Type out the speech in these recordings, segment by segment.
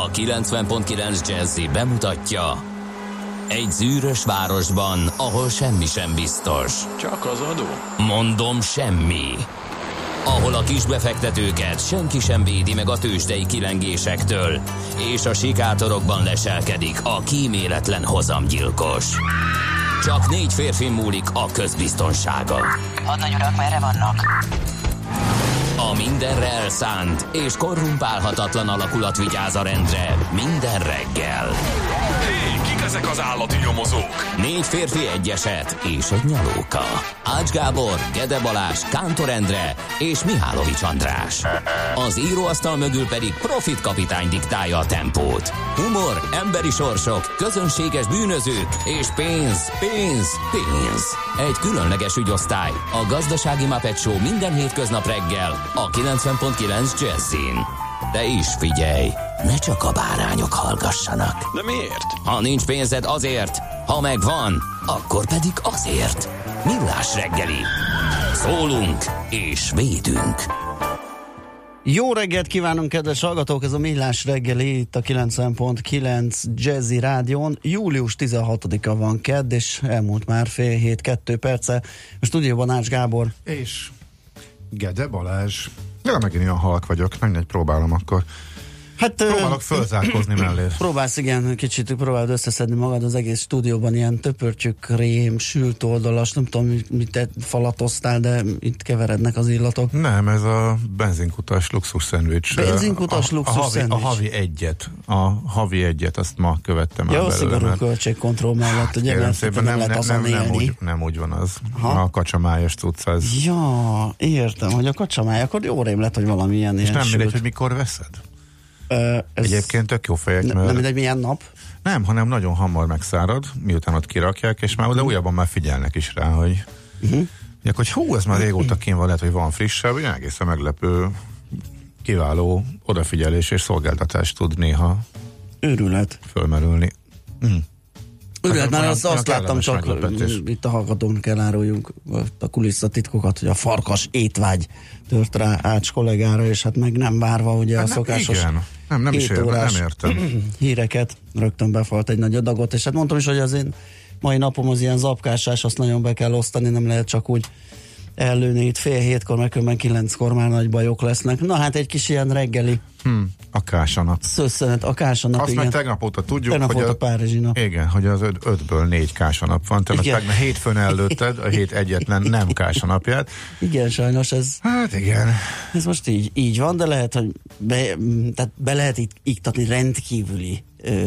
A 90.9 Jazzy bemutatja: egy zűrös városban, ahol semmi sem biztos. Csak az adó? Mondom, semmi. Ahol a kisbefektetőket senki sem védi meg a tőzsdei kilengésektől, és a sikátorokban leselkedik a kíméletlen hozamgyilkos. Csak 4 férfi múlik a közbiztonsága. Hadnagy urak, merre vannak? A mindenre elszánt és korrumpálhatatlan alakulat vigyáz a rendre minden reggel. Hé, kik ezek az állati nyomozók? 4 férfi, egy eset és egy nyalóka. Ács Gábor, Gede Balázs, Kántor Endre és Mihálovics András. Az íróasztal mögül pedig Profit kapitány diktálja a tempót. Humor, emberi sorsok, közönséges bűnözők és pénz, pénz, pénz. Egy különleges ügyosztály, a Gazdasági Muppet Show minden hétköznap reggel a 90.9 Jazzin. De is figyelj, ne csak a bárányok hallgassanak. De miért? Ha nincs pénzed, azért, ha megvan, akkor pedig azért. Millás reggeli. Szólunk és védünk. Jó reggelt kívánunk, kedves hallgatók! Ez a Millás reggeli itt a 90.9 Jazzy Rádión. Július 16-a van kedd, és elmúlt már fél hét, 2 perce. A stúdióban Ács Gábor. És Gede Balázs. Ja, megint ilyen halk vagyok, mindegy, próbálom akkor. Hát, próbálok fölzárkozni mellé. Próbálsz, igen, kicsit próbálod összeszedni magad az egész stúdióban, ilyen töpörtyük, rém, sült oldalas, nem tudom, mit te falatoztál, de itt keverednek az illatok. Nem, ez a benzinkutas luxus szendvics. Benzinkutas luxus szendvics. A havi egyet, azt ma követtem el belőle. Jó, szigorú költségkontroll mellett, ugye, mert szépen, nem lehet azon élni. Nem úgy van az. Aha. A kacsamájas tudsz ez. Ja, értem, hogy a kacsamáj, akkor jó rém lett, hogy valami ilyen. És nem sült. mindegy, hogy mikor veszed? Egyébként tök jó fejek, nem mindegy, milyen nap? Nem, hanem nagyon hamar megszárad, miután ott kirakják, és már oda újabban már figyelnek is rá, hogy hogy hú, ez már régóta kín van, lehet, hogy van frissebb, ilyen egészen meglepő, kiváló odafigyelés és szolgáltatást tud néha őrület fölmerülni. Őrület, már azt láttam, csak itt a hallgatóknak eláruljunk a kulisszatitkokat, hogy a farkas étvágy tört rá Ács kollégára, és hát meg nem várva ugye a szokásos nem értem híreket, rögtön befalt egy nagy adagot, és hát mondtam is, hogy az én mai napom az ilyen zapkásás, azt nagyon be kell osztani, nem lehet csak úgy ellőni itt fél 7-kor, meg 9-kor már nagy bajok lesznek. Na hát egy kis ilyen reggeli a kásanap. Szösszenet, a kásanap, azt igen. meg tegnap óta tudjuk, tegnap hogy a Párizsi nap. Igen, hogy az 5-ből 4 kásanap van. Tehát tegnap hétfőn előtted a hét egyetlen nem kásanapját. Igen, sajnos ez... Hát igen. Ez most így van, de lehet, hogy be lehet itt iktatni rendkívüli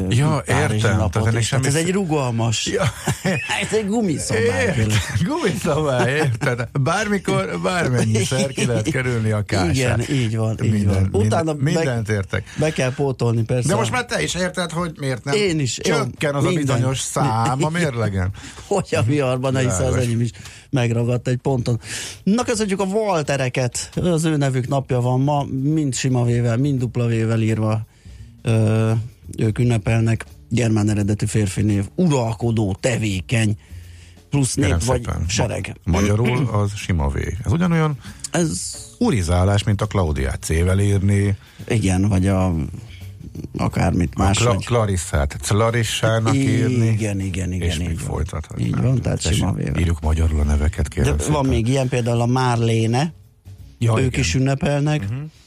értem. Tehát ez egy rugalmas. Ez egy gumiszabály. Gumiszabály, érted? Bármikor, bármennyiszer ki lehet kerülni a kását. Igen, így van. Utána mindent értek. Be kell pótolni, persze. De most már te is érted, hogy miért nem én is, csökken az a bizonyos szám a mérlegen. Hogy a viharban, hiszen az enyém is megragadt egy ponton. Na, köszönjük a Waltereket. Az ő nevük napja van ma, mind sima vével, mind dupla vével írva. Ők ünnepelnek, germán eredetű férfi név, uralkodó, tevékeny, plusz nép vagy szépen. sereg. Magyarul az sima vé. Ez ugyanolyan urizálás, mint a Klaudiát C-vel írni. Igen, vagy akármit más. Clarissát Clarissának írni. Igen. És még folytathatnám. Így van, tehát sima vével. Írjuk magyarul a neveket, kérem de szépen. van még ilyen, például a Márléne, ők is ünnepelnek.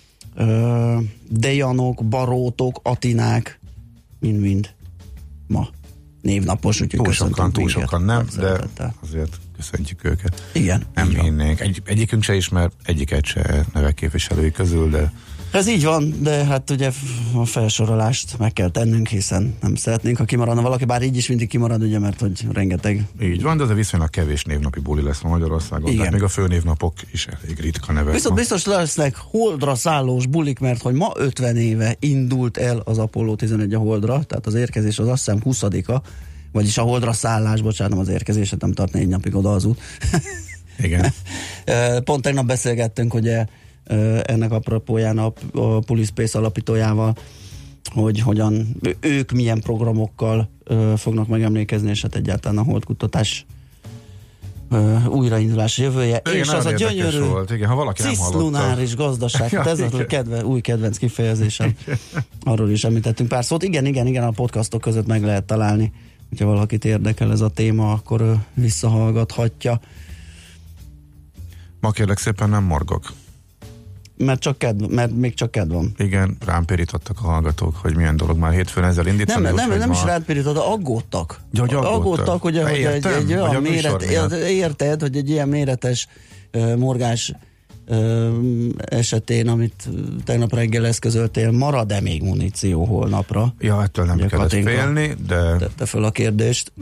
Dejanok, Barótok, Atinák, mind ma névnapos, úgyhogy túl sokan nem, de azért köszöntjük őket. Igen. Nem hinnénk. Egyikünk se ismer, egyiket se nevek képviselői közül, de ez így van, de hát ugye a felsorolást meg kell tennünk, hiszen nem szeretnénk, ha kimaradna valaki, bár így is mindig kimarad, ugye, mert hogy rengeteg. Így van, de ez viszonylag kevés névnapi buli lesz ma Magyarországon, igen. Tehát még a főnévnapok is elég ritka nevek. Viszont biztos lesznek holdra szállós bulik, mert hogy ma 50 éve indult el az Apollo 11 a holdra, tehát az érkezés az azt hiszem 20-a, vagyis a holdra szállás, bocsánat, az érkezéset nem tart 4 napig oda az út. Igen. Pont tegnap beszélgettünk, ugye ennek apropóján a Pulispace alapítójával, hogy hogyan ők milyen programokkal fognak megemlékezni, és hát egyáltalán a holdkutatás újraindulás jövője, igen, és az a gyönyörű volt. Igen, ha valaki nem hallotta. ciszlunáris gazdaság, ez a új kedvenc kifejezésem. Arról is említettünk pár szót. Igen, a podcastok között meg lehet találni. Ha valakit érdekel ez a téma, akkor visszahallgathatja. Ma kérlek szépen nem morgok. Mert még csak kedv van. Igen, rám pirítottak a hallgatók, hogy milyen dolog már hétfőn ezzel indítani. Nem is rád pirítottak, aggódtak. Aggódtak, hogy egy olyan méret, érted, hogy egy ilyen méretes morgás esetén, amit tegnap reggel eszközöltél, marad-e még muníció holnapra? Ja, ettől nem kellett félni, de... Tette föl a kérdést.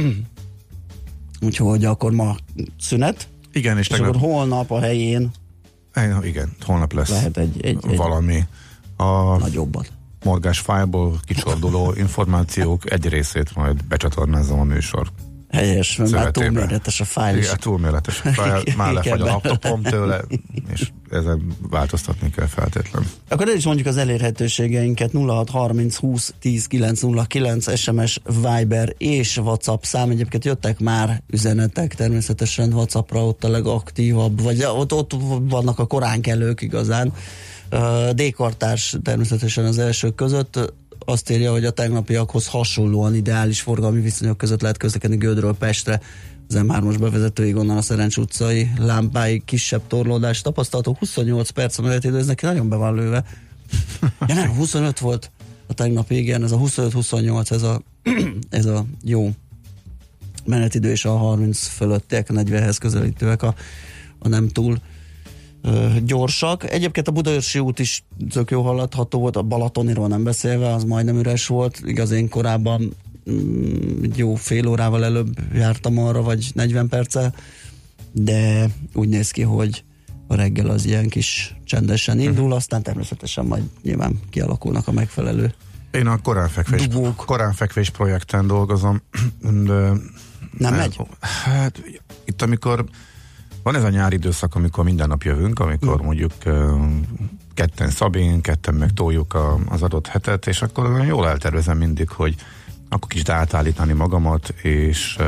Úgyhogy akkor ma szünet. Igen, és akkor holnap a helyén igen, holnap lesz lehet egy valami. A nagyobbat. morgás fájlból kicsorduló információk egy részét majd becsatornázom a műsor. Helyes, mert már túlméretes a fájl is. Igen, túlméretes a fájl, már lefagy a laptopom tőle, és ezen változtatni kell feltétlenül. Akkor el is mondjuk az elérhetőségeinket: 0630 20 10 909 SMS, Viber és WhatsApp szám. Egyébként jöttek már üzenetek, természetesen WhatsAppra ott a legaktívabb, vagy ott vannak a koránkelők igazán. D-kartárs természetesen az elsők között. Azt írja, hogy a tegnapiakhoz hasonlóan ideális forgalmi viszonyok között lehet közlekedni Gödről Pestre. Az M3-os bevezetőig, onnan a Szerencs utcai lámpáig kisebb torlódás tapasztalható. 28 perc a menetidő, ez neki nagyon be van lőve. Ja nem, 25 volt a tegnapi, igen, ez a 25-28, ez a jó menetidő, és a 30 fölöttiek, a 40-hez közelítőek a nem túl gyorsak. Egyébként a Budaörsi út is tök jó haladható volt, a Balatoniról nem beszélve, az majdnem üres volt. Igaz, én korábban jó fél órával előbb jártam arra, vagy 40 perccel, de úgy néz ki, hogy a reggel az ilyen kis csendesen indul, aztán természetesen majd nyilván kialakulnak a megfelelő Én a koránfekvés projekten dolgozom. De nem megy? Hát itt amikor van ez a nyári időszak, amikor minden nap jövünk, amikor mondjuk ketten Szabin, ketten meg toljuk az adott hetet, és akkor jól eltervezem mindig, hogy akkor kicsit átállítani magamat, és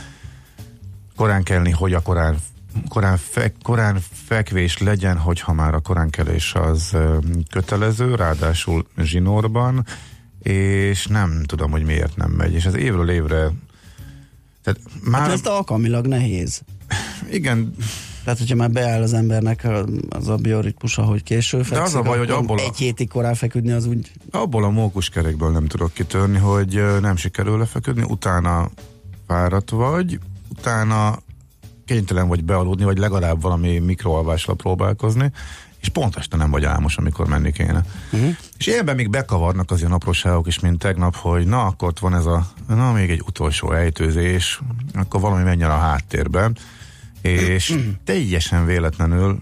korán kelni, hogy a korán fekvés legyen, hogyha már a koránkelés az kötelező, ráadásul zsinórban, és nem tudom, hogy miért nem megy, és ez évről évre tehát már... Hát ez alkalmilag nehéz. Igen. Tehát, hogyha már beáll az embernek az a bioritmusa, hogy késő fekszik, de az a baj, hogy abból egy hétig korán feküdni, az úgy... Abból a mókuskerékből nem tudok kitörni, hogy nem sikerül lefeküdni, utána fáradt vagy, utána kénytelen vagy bealudni, vagy legalább valami mikroalvásra próbálkozni, és pont este nem vagy álmos, amikor menni kéne. És ilyenben még bekavarnak az ilyen apróságok is, mint tegnap, hogy na, akkor ott van ez még egy utolsó ejtőzés, akkor valami menjen a háttérben, és teljesen véletlenül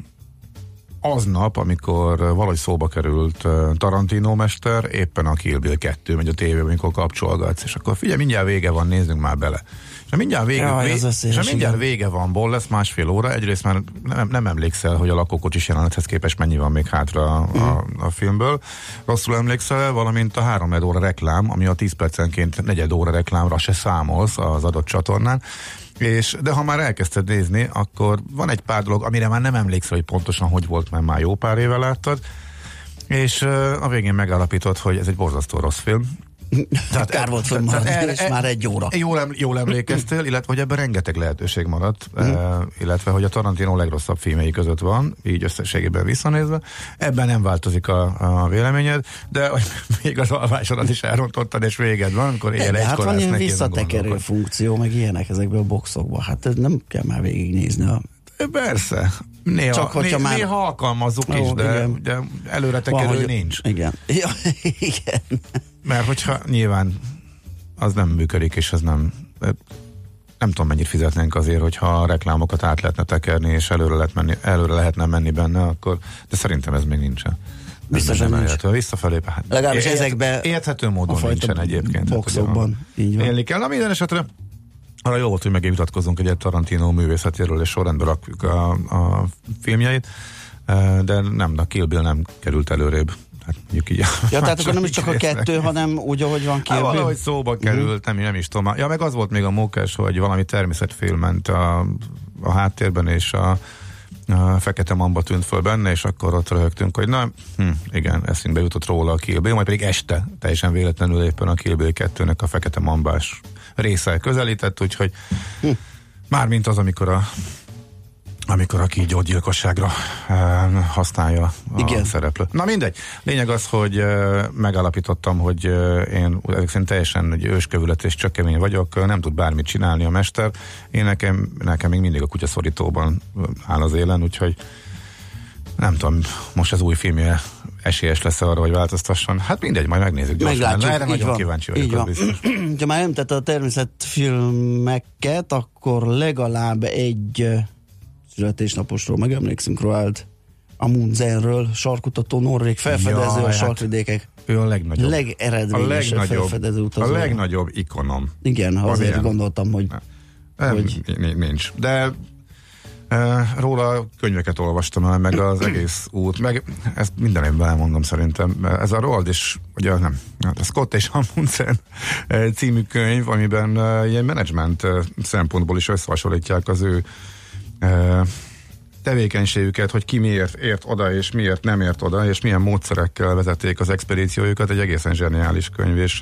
aznap, amikor valahogy szóba került Tarantino mester, éppen a Kill Bill 2 megy a tévében, amikor kapcsolgatsz, és akkor figyelj, mindjárt vége van, nézzünk már bele. És mindjárt vége van, lesz másfél óra, egyrészt már nem emlékszel, hogy a lakókocsis jelenethez képest mennyi van még hátra a filmből. Rosszul emlékszel, valamint a 3 óra reklám, ami a 10 percenként 4 óra reklámra se számolsz az adott csatornán. De ha már elkezdted nézni, akkor van egy pár dolog, amire már nem emlékszel, hogy pontosan hogy volt, mert már jó pár éve láttad, és a végén megállapított, hogy ez egy borzasztó rossz film. Tehát kár volt fönnmaradni, és már 1 óra. Jól emlékeztél, illetve hogy ebben rengeteg lehetőség maradt, illetve hogy a Tarantino legrosszabb filmjei között van, így összességében visszanézve. Ebben nem változik a véleményed, de hogy még az alvásodat is elrontottad, és véged van, akkor éjjel egykor hát van ilyen visszatekerő funkció, meg ilyenek ezekből a boxokban. Hát nem kell már végignézni Persze. Néha alkalmazzuk is, de előretekerő nincs. Igen. Ja, igen. Mert hogyha nyilván az nem működik, és az nem tudom, mennyit fizetnénk azért, hogyha a reklámokat át lehetne tekerni, és előre lehetne menni benne, akkor, de szerintem ez még nincsen. Biztosan nincs. Visszafelé, hát legalábbis ezekben érthető módon nincsen egyébként. Boxokban, így van. Élni kell. Na, minden esetre arra jó volt, hogy megvitatkozunk egy Tarantino művészetéről, és sorrendben rakjuk a filmjeit, de nem, a Kill Bill nem került előrébb. Hát mondjuk így. Ja, tehát akkor nem is csak a 2, hanem úgy, ahogy van Kill Bill. Valahogy szóba került, nem is tudom. Ja, meg az volt még a mókás, hogy valami természetfilm ment a háttérben, és a Fekete Mamba tűnt föl benne, és akkor ott röhögtünk, hogy igen, eszünkbe jutott róla a Kill Bill, majd pedig este teljesen véletlenül éppen a Kill Bill 2-nek a Fekete Mambás része közelített, úgyhogy mármint az, amikor a kígyógyilkosságra használja a szereplő. Na mindegy. Lényeg az, hogy megállapítottam, hogy én teljesen egy őskövület és csökemény vagyok, nem tud bármit csinálni a mester. Nekem még mindig a kutyaszorítóban áll az élen, úgyhogy nem tudom, most az új filmje esélyes lesz arra, hogy változtasson. Hát mindegy, majd megnézzük gyorsan. Meglátjuk, erre nagyon kíváncsi vagyok. Ha már említette a természetfilmeket, akkor legalább egy születésnaposról megemlékszünk Roald Amundsenről, sarkutató norvég felfedező a sarkvidékek. Ő a legnagyobb. Legeredményesebb felfedező utazó. A legnagyobb ikonom. Igen, azért ilyen? Gondoltam, hogy... Nincs. De róla könyveket olvastam el, meg az egész út, meg ezt minden évben elmondom szerintem. Ez a Roald és, ugye nem, a Scott és Amundsen című könyv, amiben ilyen menedzsment szempontból is összehasonlítják az ő tevékenységüket, hogy ki miért ért oda, és miért nem ért oda, és milyen módszerekkel vezették az expedíciójukat, egy egészen zseniális könyv, és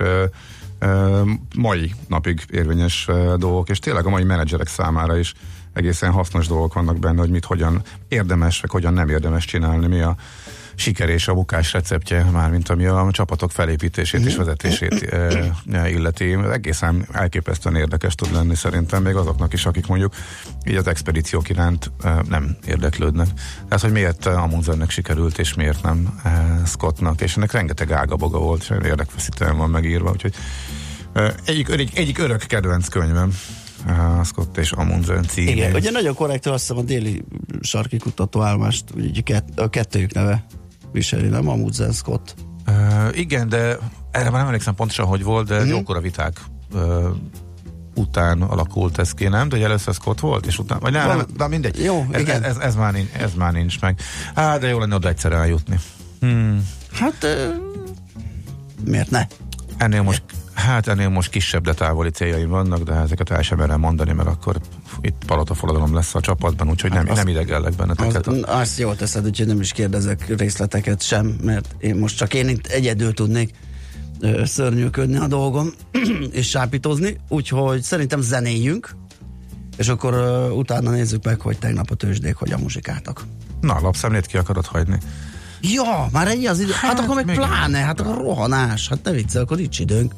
mai napig érvényes dolgok, és tényleg a mai menedzserek számára is egészen hasznos dolgok vannak benne, hogy mit, hogyan érdemes, vagy hogyan nem érdemes csinálni, mi a siker és a bukás receptje, mármint ami a csapatok felépítését és vezetését illeti. Egészen elképesztően érdekes tud lenni szerintem, még azoknak is, akik mondjuk így az expedíciók iránt nem érdeklődnek. Tehát, hogy miért Amundsennek sikerült, és miért nem Scottnak, és ennek rengeteg ágaboga volt, és érdekfeszítően van megírva, úgyhogy egyik örök kedvenc könyvem. Scott és Amundsen címén. Igen, ugye nagyon korrektül azt hiszem a déli sarki kutatóállomást, ugye a kettőjük neve viseli, nem? Amundsen, Scott. Igen, de erre már nem emlékszem pontosan, hogy volt, de jókora viták után alakult ez ki, nem? De hogy először Scott volt, és utána, vagy nem, de mindegy. Jó, ez már nincs meg. De jó lenne oda egyszer eljutni. Hát, miért ne? Ennél most kisebb, de távoli céljaim vannak, de ezeket el sem merem mondani, mert akkor itt palota lesz a csapatban, úgyhogy nem idegellek benneteket. Azt jól teszed, úgyhogy nem is kérdezek részleteket sem, mert én itt egyedül tudnék szörnyűködni a dolgom, és sápítozni, úgyhogy szerintem zenéljünk, és akkor utána nézzük meg, hogy tegnap a tőzsdék hogyan muzsikáltak. Na, lapszemlét ki akarod hagyni? Ja, már ennyi az idő. Hát akkor meg pláne, hát akkor rohanás. Hát ne viccelj, akkor nincs időnk.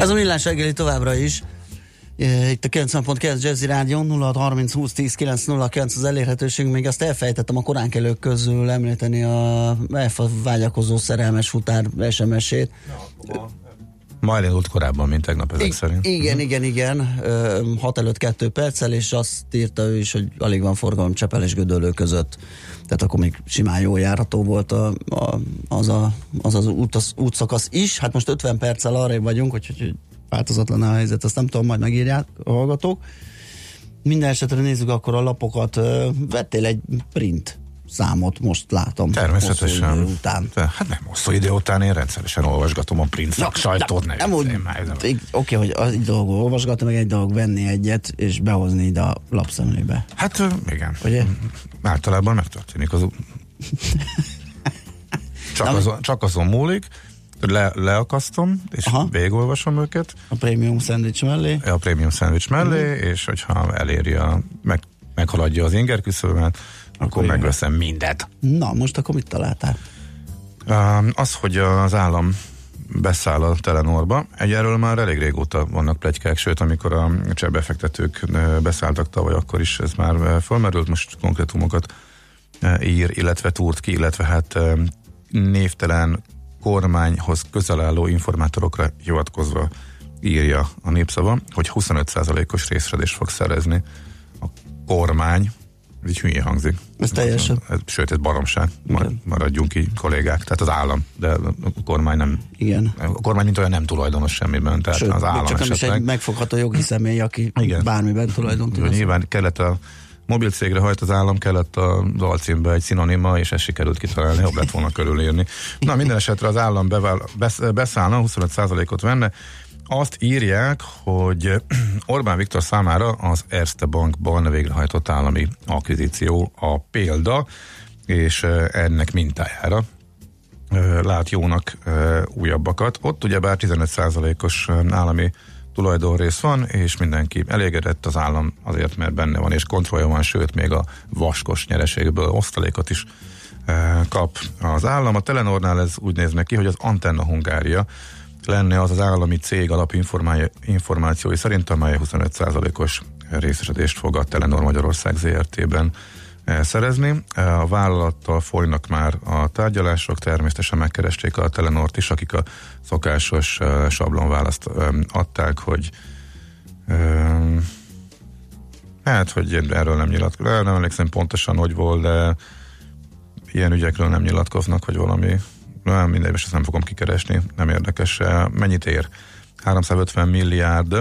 Ez a Millás reggeli továbbra is. Itt a 90.9 Jazzy Rádió 0630 20 10 909 az elérhetőségünk. Még azt elfejtettem a koránkelők közül említeni a vágyakozó szerelmes futár SMS-ét. Ma elindult korábban, mint tegnap ezek szerint. Igen. 6 előtt 2 perccel, és azt írta ő is, hogy alig van forgalom Csepel és Gödöllő között. Tehát akkor még simán jól járható volt az útszakasz is. Hát most 50 perccel arrébb vagyunk, hogy változatlan a helyzet, azt nem tudom, majd megírják a hallgatók. Minden esetre nézzük akkor a lapokat. Vettél egy print számot, most látom. Természetesen. Után. Hát nem hosszú idő után, én rendszeresen olvasgatom a print szaksajtót. Oké, hogy egy dolog olvasgatni, meg egy dolog venni egyet, és behozni ide a lapszemlébe. Hát igen. Ugye? Általában megtörténik az csak azon múlik, leakasztom, és végigolvasom őket. A prémium szendvics mellé. A prémium szendvics mellé, és hogyha eléri meghaladja az inger küszöbömet, akkor megveszem mindet. Na, most akkor mit találtál? Az, hogy az állam beszáll a Telenorba. Erről már elég régóta vannak pletykák, sőt, amikor a csebbefektetők beszálltak tavaly, akkor is ez már felmerült, most konkrétumokat ír, illetve túrt ki, illetve hát névtelen kormányhoz közel álló informátorokra hivatkozva írja a Népszava, hogy 25%-os részesedést fog szerezni a kormány. Ez így hülyén hangzik. Ez teljesen. Sőt, ez baromság. Maradjunk ki kollégák. Tehát az állam, de a kormány nem. Igen. A kormány mint olyan nem tulajdonos semmiben. Tehát sőt, az állam csak nem is egy megfogható jogi személy, aki bármiben tulajdon tud. Nyilván kellett a mobil cégre hajt az állam, kellett a dalcímbe egy szinonima, és ezt sikerült kitalálni, jobb lett volna körülírni. Na, minden esetre az állam beszállna, 25%-ot venne. Azt írják, hogy Orbán Viktor számára az Erste Bankban végrehajtott állami akvizíció a példa, és ennek mintájára lát jónak újabbakat. Ott ugyebár 15%-os állami tulajdonrész van, és mindenki elégedett, az állam azért, mert benne van, és kontrollja van, sőt, még a vaskos nyereségből osztalékot is kap az állam. A Telenornál ez úgy néz neki, hogy az Antenna Hungária lenne az állami cég alapinformációi szerint, amely 25%-os részesedést fog a Telenor Magyarország ZRT-ben szerezni. A vállalattal folynak már a tárgyalások, természetesen megkeresték a Telenort is, akik a szokásos sablonválaszt adták, hogy hogy erről nem nyilatkoznak. Nem emlékszem pontosan, hogy volt, de ilyen ügyekről nem nyilatkoznak, hogy valami mindegy, most ezt nem fogom kikeresni, nem érdekes. Mennyit ér? 350 milliárd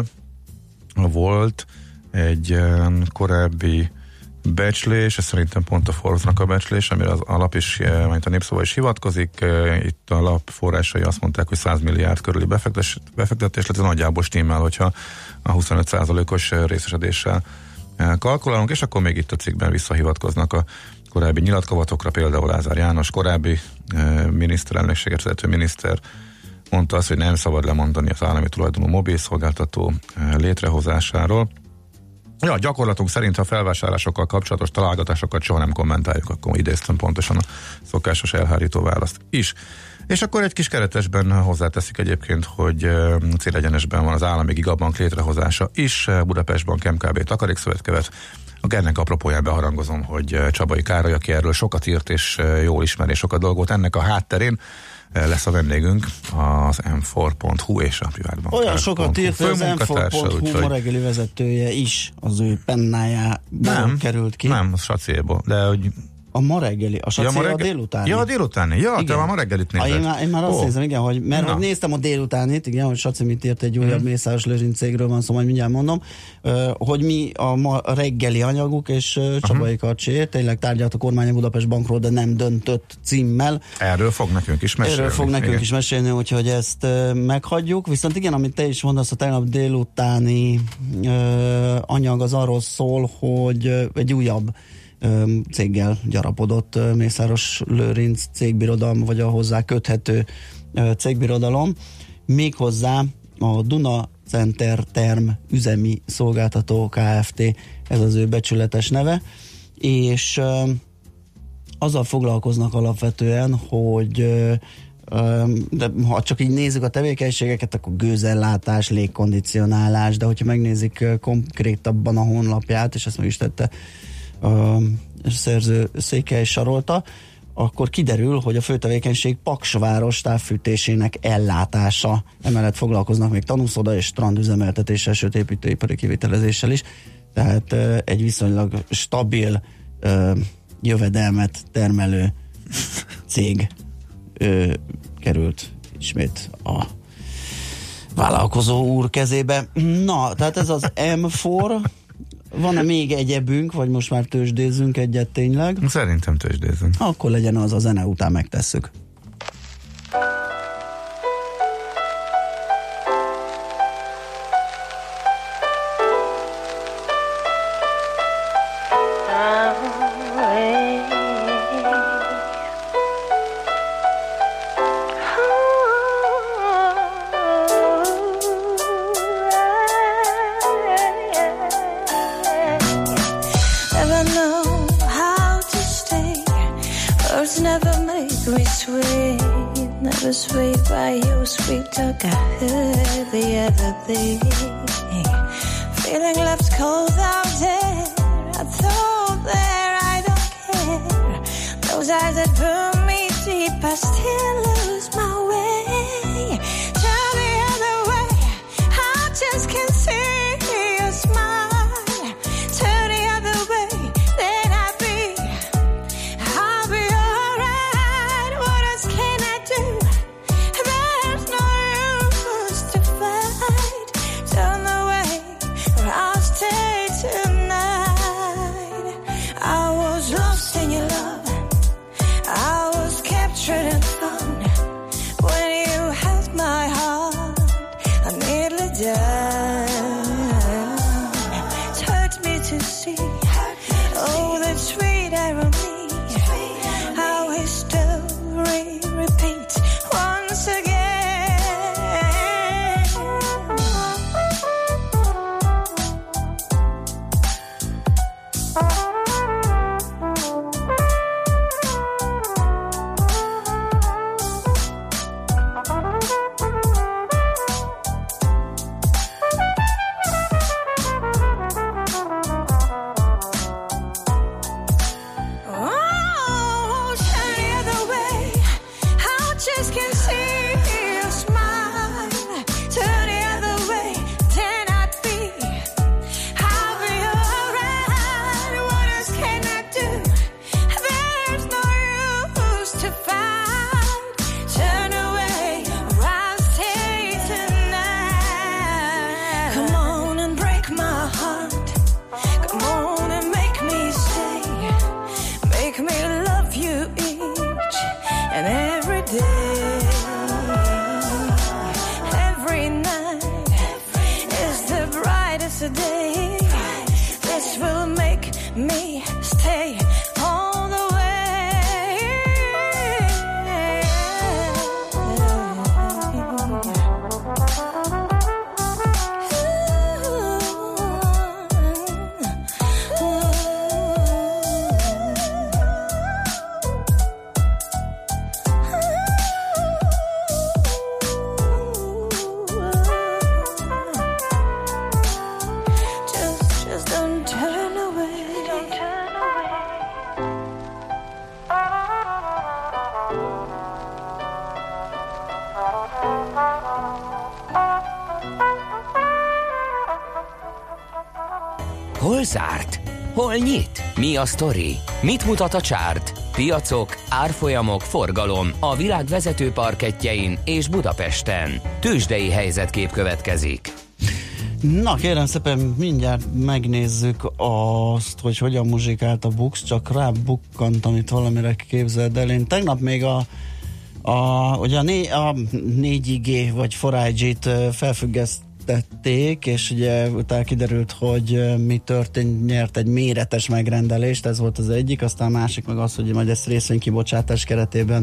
volt egy korábbi becslés, ez szerintem pont a Forbes-nak a becslés, amire az alap is, majd a Népszava is hivatkozik. Itt a lap forrásai azt mondták, hogy 100 milliárd körüli befektetés lett, ez nagyjából stimmel, hogyha a 25%-os részesedéssel kalkulálunk, és akkor még itt a cikkben visszahivatkoznak a korábbi nyilatkozatokra, például Lázár János, korábbi miniszterelnökséget vezető miniszter mondta azt, hogy nem szabad lemondani az állami tulajdonú mobilszolgáltató létrehozásáról. Ja, gyakorlatunk szerint, ha felvásárlásokkal kapcsolatos találgatásokat soha nem kommentáljuk, akkor idéztem pontosan a szokásos elhárító választ is. És akkor egy kis keretesben hozzáteszik egyébként, hogy célegyenesben van az állami gigabank létrehozása is, Budapest Bank, MKB Takarékszövetkevet. Ennek apropóján beharangozom, hogy Csabai Károly, aki erről sokat írt és jól ismer és sokat dolgot, ennek a hátterén lesz a vendégünk az m4.hu és a privátbank. Olyan sokat írt, hogy az m4.hu ma reggeli vezetője is az ő pennájából került ki. Nem, az Sacéból, de hogy a ma reggeli, a Saci a délutáni. Ja, a délutáni. Ja, igen. Te a ma reggelit nézed. Én már azt nézem, igen, hogy mert néztem a délutánit, igen, hogy Saci mit írt, egy újabb Mészáros Lőzsin cégről van szó, majd mindjárt mondom, hogy mi a ma reggeli anyaguk, és Csabai Karcsi tényleg tárgyalt a kormány a Budapest Bankról, de nem döntött címmel. Erről fog nekünk is mesélni. Úgyhogy ezt meghagyjuk. Viszont igen, amit te is mondasz, a tegnap délutáni anyag az arról szól, hogy egy újabb céggel gyarapodott Mészáros Lőrinc cégbirodalom, vagy a hozzá köthető cégbirodalom, méghozzá a Duna Center Term üzemi szolgáltató Kft. Ez az ő becsületes neve, és azzal foglalkoznak alapvetően, hogy De ha csak így nézzük a tevékenységeket, akkor gőzellátás, légkondicionálás, de hogyha megnézik konkrétabban a honlapját, és ezt meg is tette a szerző Székely Sarolta, akkor kiderül, hogy a főtevékenység Paksváros távfűtésének ellátása. Emellett foglalkoznak még tanúszoda és strandüzemeltetéssel, sőt építőipari kivitelezéssel is. Tehát egy viszonylag stabil jövedelmet termelő cég került ismét a vállalkozó úr kezébe. Na, tehát ez az M4. Van-e még egyebünk, vagy most már tőzsdézzünk egyet tényleg? Szerintem tőzsdézzünk. Akkor legyen az, a zene után megtesszük. Sweet by your sweet talk, I heard the other day. Feeling left cold out there, I thought there I don't care. Those eyes that burn me deep, I still lose my way. Turn the other way, I just can't see your smile. Turn the other way, then I'll be alright. What else can I do? Hol zárt? Hol nyit? Mi a sztori? Mit mutat a csárt? Piacok, árfolyamok, forgalom a világ vezető parkettjein és Budapesten. Tőzsdei helyzetkép következik. Na kérem szépen, mindjárt megnézzük azt, hogy hogyan muzsikált a Bux, csak rábukkantam itt valamire, képzeld el. Én tegnap még ugye a 4G vagy 4G-t felfüggesztették, és ugye utána kiderült, hogy mi történt, nyert egy méretes megrendelést, ez volt az egyik, aztán a másik meg az, hogy majd ezt részvénykibocsátás keretében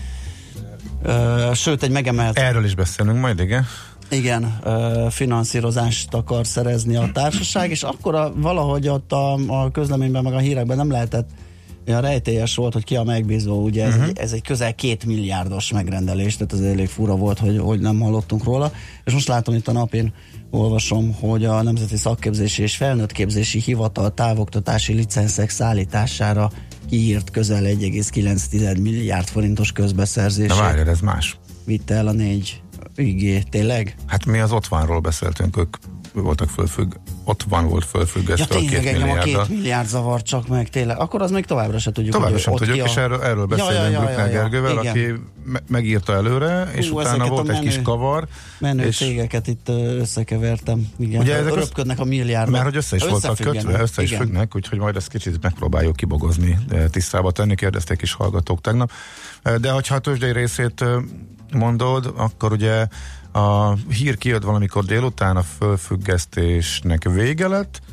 sőt egy megemelt. Erről is beszélünk majd, igen. Igen, finanszírozást akar szerezni a társaság, és akkor valahogy ott a közleményben meg a hírekben nem lehetett rejtélyes volt, hogy ki a megbízó, ugye ez egy közel 2 milliárdos megrendelés, tehát ez elég fura volt, hogy nem hallottunk róla, és most látom itt a napin, olvasom, hogy a Nemzeti Szakképzési és Felnőttképzési Hivatal távoktatási licenszek szállítására kiírt közel 1,9 milliárd forintos közbeszerzését. Na várjál, ez más. Vitte el a 4 IG, tényleg? Hát mi az Ottvanról beszéltünk, ők voltak Ottvan volt fölfüggesztve a 2 milliárddal. A 2 milliárd zavar csak meg, tényleg. Akkor az még továbbra se tudjuk. Továbbra sem tudjuk, és erről beszélünk Brückner Gergővel, aki megírta előre, és utána volt egy kis kavar. Menő cégeket itt összekevertem. Igen. Ugye ezek röpködnek a milliárdok. Mert hogy össze is voltak kötve, össze is függnek, úgyhogy majd ezt kicsit megpróbáljuk kibogozni, tisztába tenni, kérdezték is hallgatók tegnap. De hogyha a tőzsdei részét mondod, akkor ugye a hír kijött valamikor délután, a fölfüggesztésnek vége lett,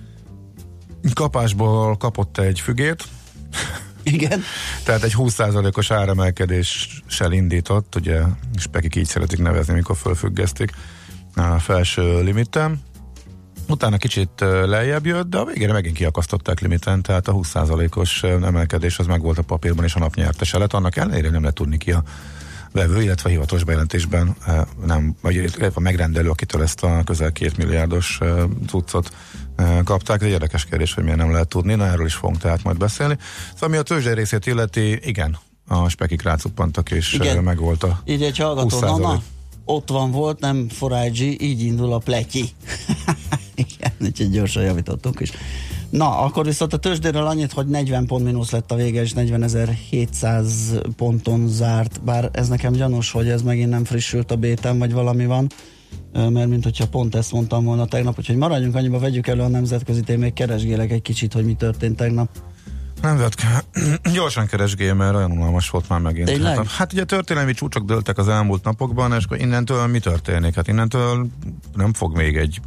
kapásból kapott egy fügét. Igen. Tehát egy 20%-os áremelkedéssel indított, ugye spekik így szeretik nevezni, mikor fölfüggesztik a felső limiten. Utána kicsit lejjebb jött, de a végére megint kiakasztották limiten, tehát a 20%-os emelkedés az meg volt a papírban, és a nap nyertese lett. Annak ellenére nem lehet tudni ki a vevő, illetve a hivatalos bejelentésben nem, vagy a megrendelő, akitől ezt a közel 2 milliárdos cuccot kapták. Egy érdekes kérdés, hogy miért nem lehet tudni, na erről is fogunk tehát majd beszélni. Szóval mi a tőzsdei részét illeti, igen, a spekik rácuppantak, és meg volt a így egy hallgató, na, ott volt, nem forágyi, így indul a pletyi. Igen, úgyhogy gyorsan javítottunk is. Na, akkor viszont a tőzsdéről annyit, hogy 40 pont mínusz lett a vége, és 40.700 ponton zárt, bár ez nekem gyanús, hogy ez megint nem frissült a béten, vagy valami van, mert mint hogyha pont ezt mondtam volna tegnap, úgyhogy maradjunk annyiba, vegyük elő a nemzetközi, én még keresgélek egy kicsit, hogy mi történt tegnap. Nem vett gyorsan keresgél, mert olyan unalmas volt már megint. Hát ugye történelmi csúcsok dőltek az elmúlt napokban, és akkor innentől mi történik? Hát innentől nem fog még egy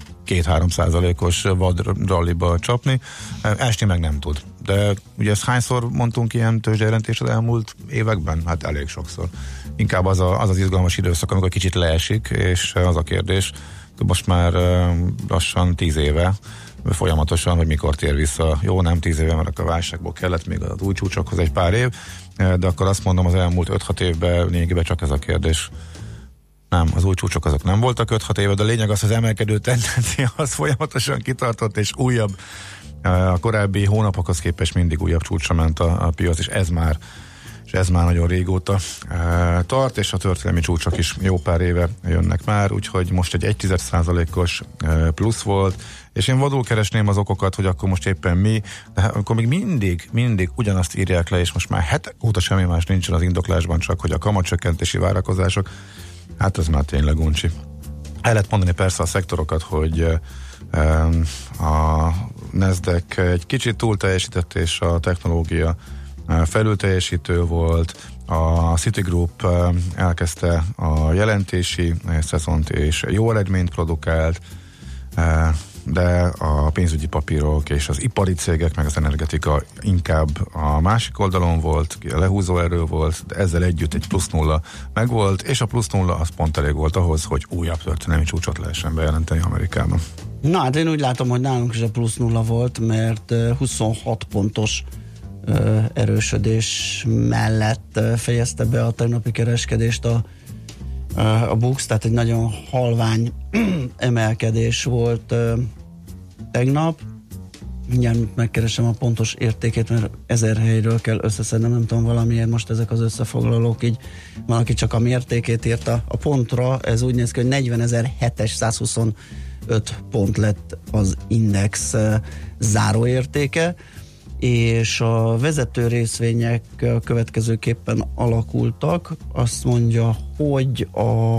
2-3%-os vadralliba csapni, esni meg nem tud. De ugye ezt hányszor mondtunk ilyen tőzsdejelentés az elmúlt években? Hát elég sokszor. Inkább az izgalmas időszak, amikor kicsit leesik, és az a kérdés, most már lassan 10 éve folyamatosan, hogy mikor tér vissza. Jó, nem 10 éve, mert a válságból kellett még az új csúcsokhoz egy pár év, de akkor azt mondom, az elmúlt 5-6 évben lényegében csak ez a kérdés. Nem, az új csúcsok azok nem voltak 5-6 éve, de a lényeg az emelkedő tendencia az folyamatosan kitartott, és újabb, a korábbi hónapokhoz képest mindig újabb csúcsra ment a piac, és ez már nagyon régóta tart, és a történelmi csúcsok is jó pár éve jönnek már, úgyhogy most egy 1,1%-os plusz volt, és én vadul keresném az okokat, hogy akkor most éppen mi, de akkor még mindig ugyanazt írják le, és most már hetek óta semmi más nincsen az indoklásban, csak hogy a kamatcsökkentési várakozások, hát ez már tényleg uncsi. El lehet mondani persze a szektorokat, hogy a Nasdaq egy kicsit túl teljesített, és a technológia felül teljesítő volt, a Citigroup elkezdte a jelentési szezont, és jó eredményt produkált, de a pénzügyi papírok és az ipari cégek, meg az energetika inkább a másik oldalon volt, lehúzó erő volt, de ezzel együtt egy plusz nulla megvolt, és a plusz nulla az pont elég volt ahhoz, hogy újabb történelmi csúcsot lehessen bejelenteni Amerikában. Na, hát én úgy látom, hogy nálunk is a plusz nulla volt, mert 26 pontos erősödés mellett fejezte be a tegnapi kereskedést a BUX, tehát egy nagyon halvány emelkedés volt tegnap. Mindjárt megkeresem a pontos értékét, mert 1000 helyről kell összeszednem, nem tudom, valamiért most ezek az összefoglalók így, van, aki csak a mértékét írta a pontra, ez úgy néz ki, hogy 40.725 pont lett az index záróértéke, és a vezető részvények következőképpen alakultak. Azt mondja, hogy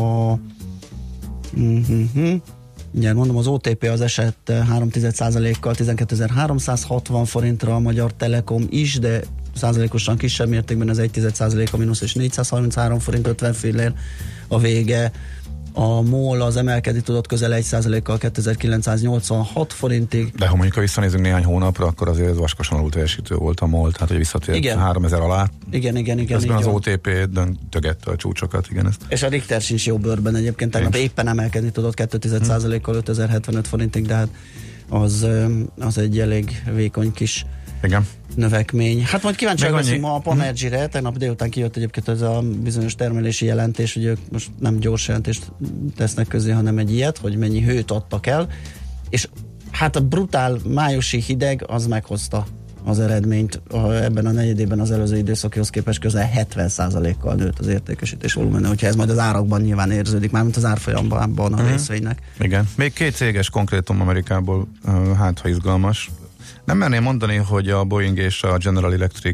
ugye mondom, az OTP az esett 3,1%-kal 12.360 forintra, a Magyar Telekom is, de százalékosan kisebb mértékben, ez 1,1%-a mínusz, és 433 forint 50 fillér a vége. A MOL az emelkedni tudott közel 1%-kal 2986 forintig. De ha mondjuk visszanézünk néhány hónapra, akkor azért vaskosan alul teljesítő volt a MOL, tehát hogy visszatért 3000 alá. Igen. Közben az OTP döntögette a csúcsokat, igen. Ezt. És a Richter sincs jó bőrben egyébként, tegnap éppen emelkedni tudott 2,1%-kal 5075 forintig, de hát az egy elég vékony kis Igen. növekmény. Hát majd kíváncsiak leszünk ma a Panergy-re, tegnap délután kijött egyébként ez a bizonyos termelési jelentés, hogy ők most nem gyors jelentést tesznek közé, hanem egy ilyet, hogy mennyi hőt adtak el, és hát a brutál májusi hideg az meghozta az eredményt. Ebben a negyedében az előző időszakhoz képest közel 70%-kal nőtt az értékesítés volumene, hogyha ez majd az árakban nyilván érződik, mármint az árfolyamban a részvénynek. Igen. Még 2 céges konkrétum Amerikából, hát ha izgalmas. Nem merném mondani, hogy a Boeing és a General Electric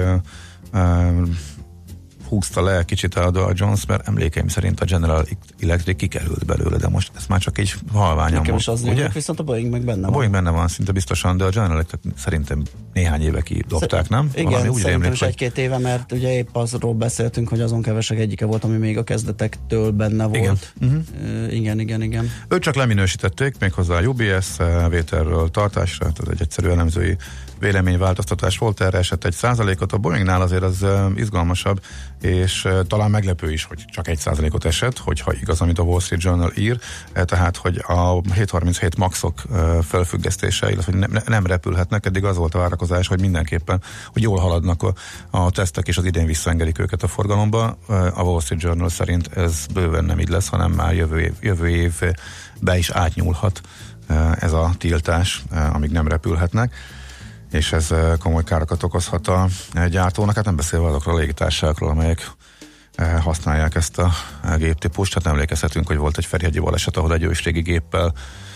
húzta le kicsit a Dow Jones, mert emlékeim szerint a General Electric kikerült belőle, de most ez már csak egy halványan most. Ugye? Viszont a Boeing meg benne van. A Boeing benne van szinte biztosan, de a General Electric szerintem néhány éve kidobták, nem? Igen, szerintem is 1-2 éve, mert ugye épp azról beszéltünk, hogy azon kevesek egyike volt, ami még a kezdetektől benne volt. Igen. Őt csak leminősítették, méghozzá a UBS vételről tartásra, tehát egy egyszerű elemzői véleményváltoztatás volt, erre esett 1%-ot, a Boeingnál azért az izgalmasabb, és talán meglepő is, hogy csak 1%-ot esett, hogyha igaz, amit a Wall Street Journal ír, tehát, hogy a 737 maxok felfüggesztése, illetve hogy nem repülhetnek, eddig az volt a várakozás, hogy mindenképpen, hogy jól haladnak a tesztek, és az idén visszaengedik őket a forgalomba. A Wall Street Journal szerint ez bőven nem így lesz, hanem már jövő évbe is átnyúlhat ez a tiltás, amíg nem repülhetnek, és ez komoly károkat okozhat a gyártónak, hát nem beszélve azokról a légitársaságokról, amelyek használják ezt a géptípust. Hát emlékezhetünk, hogy volt egy ferihegyi baleset, ahol egy ősrégi géppel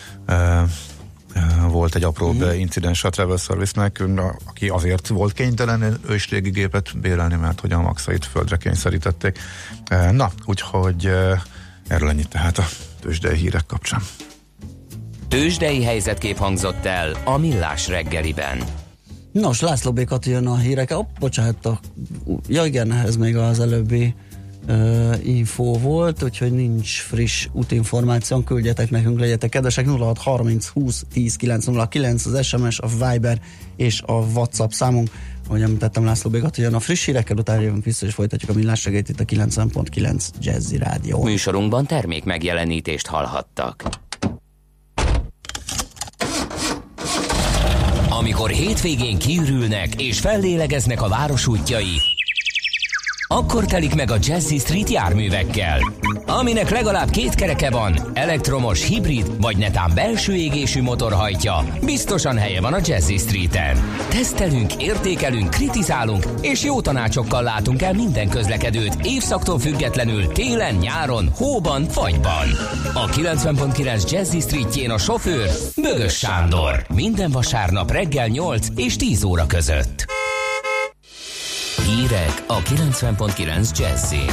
volt egy apróbb incidens a Travel Service-nek, aki azért volt kénytelen ősrégi gépet bérelni, mert hogy a maxait földre kényszerítették. Na, úgyhogy erről ennyit tehát a tőzsdei hírek kapcsán. Tőzsdei helyzetkép hangzott el a Millás reggeliben. Nos, László B. Kati jön a hírek. Bocsánat, ja igen, ez még az előbbi info volt, úgyhogy nincs friss útinformáció, küldjetek nekünk, legyetek kedvesek. 0630 20 10 909 az SMS, a Viber és a WhatsApp számunk. Ahogy említettem, László B. Kati jön a friss hírekkel, utána jövünk vissza, és folytatjuk a Millás reggelit itt a 90.9 Jazzy Rádió. Műsorunkban termék megjelenítést hallhattak. Amikor hétvégén kiürülnek és fellélegeznek a város útjai, akkor telik meg a Jazzy Street járművekkel. Aminek legalább 2 kereke van, elektromos, hibrid vagy netán belső égésű motor hajtja, biztosan helye van a Jazzy Streeten. Tesztelünk, értékelünk, kritizálunk és jó tanácsokkal látunk el minden közlekedőt évszaktól függetlenül télen, nyáron, hóban, fagyban. A 90.9 Jazzy Streetjén a sofőr Bögös Sándor. Minden vasárnap reggel 8 és 10 óra között. Hírek a 90.9 Jazzyn.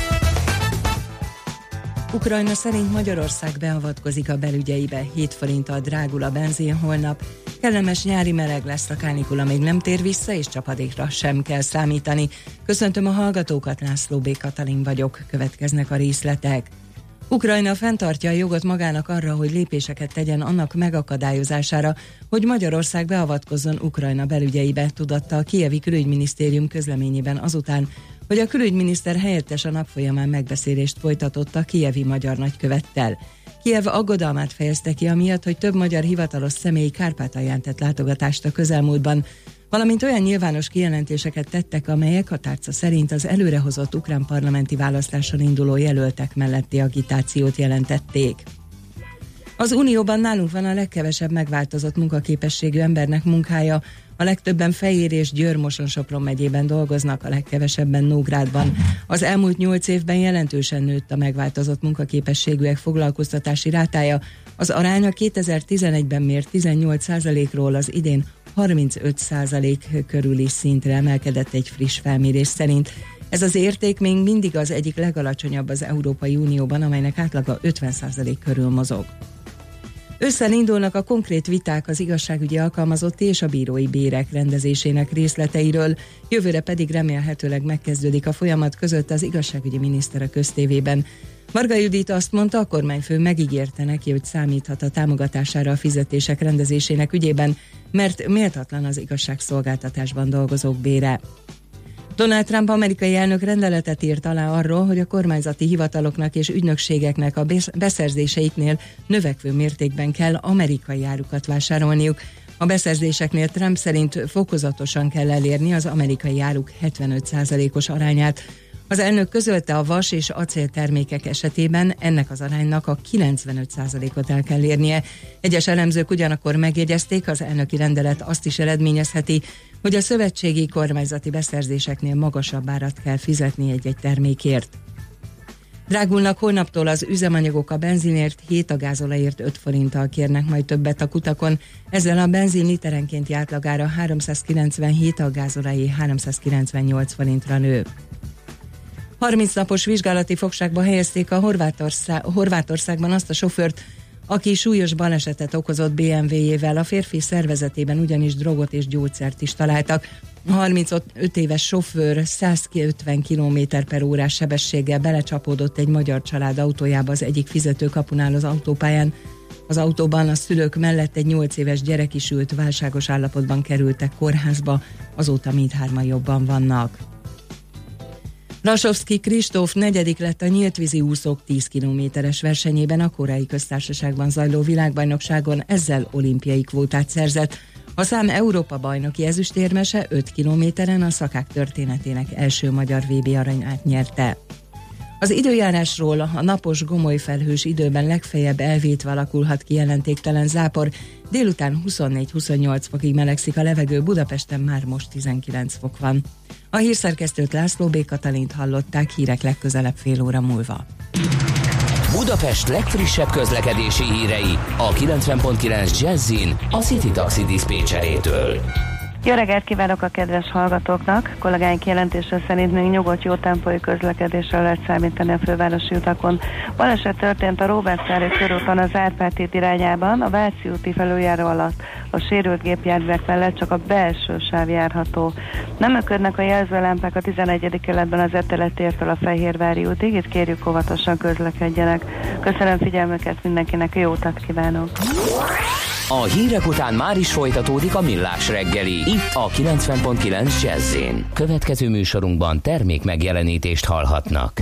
Ukrajna szerint Magyarország beavatkozik a belügyeibe, 7 forinttal drágul a benzin holnap. Kellemes nyári meleg lesz, a kánikula még nem tér vissza, és csapadékra sem kell számítani. Köszöntöm a hallgatókat, László B. Katalin vagyok, következnek a részletek. Ukrajna fenntartja a jogot magának arra, hogy lépéseket tegyen annak megakadályozására, hogy Magyarország beavatkozzon Ukrajna belügyeibe, tudatta a kijevi külügyminisztérium közleményében azután, hogy a külügyminiszter helyettes a nap folyamán megbeszélést folytatott a kijevi magyar nagykövettel. Kijev aggodalmát fejezte ki amiatt, hogy több magyar hivatalos személy Kárpátalján tett látogatást a közelmúltban, valamint olyan nyilvános kijelentéseket tettek, amelyek a tárca szerint az előrehozott ukrán parlamenti választáson induló jelöltek melletti agitációt jelentették. Az Unióban nálunk van a legkevesebb megváltozott munkaképességű embernek munkája, a legtöbben Fejér és Győr-Moson-Sopron megyében dolgoznak, a legkevesebben Nógrádban. Az elmúlt 8 évben jelentősen nőtt a megváltozott munkaképességűek foglalkoztatási rátája, az aránya 2011-ben mért 18%-ról az idén 35% körüli szintre emelkedett egy friss felmérés szerint. Ez az érték még mindig az egyik legalacsonyabb az Európai Unióban, amelynek átlaga 50% körül mozog. Ősszel indulnak a konkrét viták az igazságügyi alkalmazotti és a bírói bérek rendezésének részleteiről, jövőre pedig remélhetőleg megkezdődik a folyamat között az igazságügyi miniszter a köztévében. Varga Judit azt mondta, a kormányfő megígérte neki, hogy számíthat a támogatására a fizetések rendezésének ügyében, mert méltatlan az igazságszolgáltatásban dolgozók bére. Donald Trump amerikai elnök rendeletet írt alá arról, hogy a kormányzati hivataloknak és ügynökségeknek a beszerzéseiknél növekvő mértékben kell amerikai árukat vásárolniuk. A beszerzéseknél Trump szerint fokozatosan kell elérni az amerikai áruk 75%-os arányát. Az elnök közölte, a vas és acéltermékek esetében ennek az aránynak a 95%-ot el kell érnie. Egyes elemzők ugyanakkor megjegyezték, az elnöki rendelet azt is eredményezheti, hogy a szövetségi kormányzati beszerzéseknél magasabb árat kell fizetni egy-egy termékért. Drágulnak holnaptól az üzemanyagok, a benzinért 7, a gázolajért 5 forinttal kérnek majd többet a kutakon. Ezzel a benzin literenkénti átlagára 397, a gázolajé 398 forintra nő. 30 napos vizsgálati fogságba helyezték a Horvátországban azt a sofőrt, aki súlyos balesetet okozott BMW-jével. A férfi szervezetében ugyanis drogot és gyógyszert is találtak. A 35 éves sofőr 150 km/h sebességgel belecsapódott egy magyar család autójába az egyik fizetőkapunál az autópályán. Az autóban a szülők mellett egy 8 éves gyerek is ült, válságos állapotban kerültek kórházba, azóta mindhárman jobban vannak. Rasovszky Kristóf 4. lett a nyíltvízi úszók 10 kilométeres versenyében a Koreai Köztársaságban zajló világbajnokságon, ezzel olimpiai kvótát szerzett. A szám Európa-bajnoki ezüstérmese 5 kilométeren a szakák történetének első magyar VB aranyát nyerte. Az időjárásról: a napos, gomoly felhős időben legfeljebb elvétve alakulhat ki jelentéktelen zápor, délután 24-28 fokig melegszik a levegő, Budapesten már most 19 fok van. A hírszerkesztőt, László B. Katalint hallották, hírek legközelebb fél óra múlva. Budapest legfrissebb közlekedési hírei a 90.9 Jazzin a City Taxi diszpécserétől. Jó reggelt kívánok a kedves hallgatóknak! Kollégáink jelentése szerint még nyugodt, jó tempói közlekedésre lehet számítani a fővárosi utakon. Baleset történt a Róbert-szári körúton az Árpád híd irányában, a Váci úti felüljáró alatt. A sérült gépjárművek mellett csak a belső sáv járható. Nem működnek a jelzőlámpák a 11. kerületben az Etele tértől a Fehérvári útig, itt kérjük óvatosan közlekedjenek. Köszönöm figyelmüket, mindenkinek jó utat kívánok! A hírek után már is folytatódik a Millás reggeli, itt a 90.9 Jazz-én. Következő műsorunkban termék megjelenítést hallhatnak.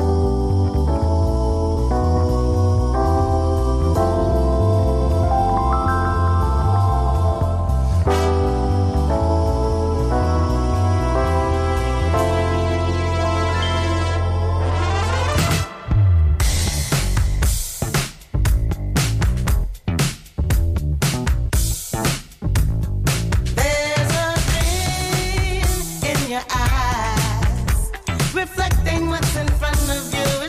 Reflecting what's in front of you.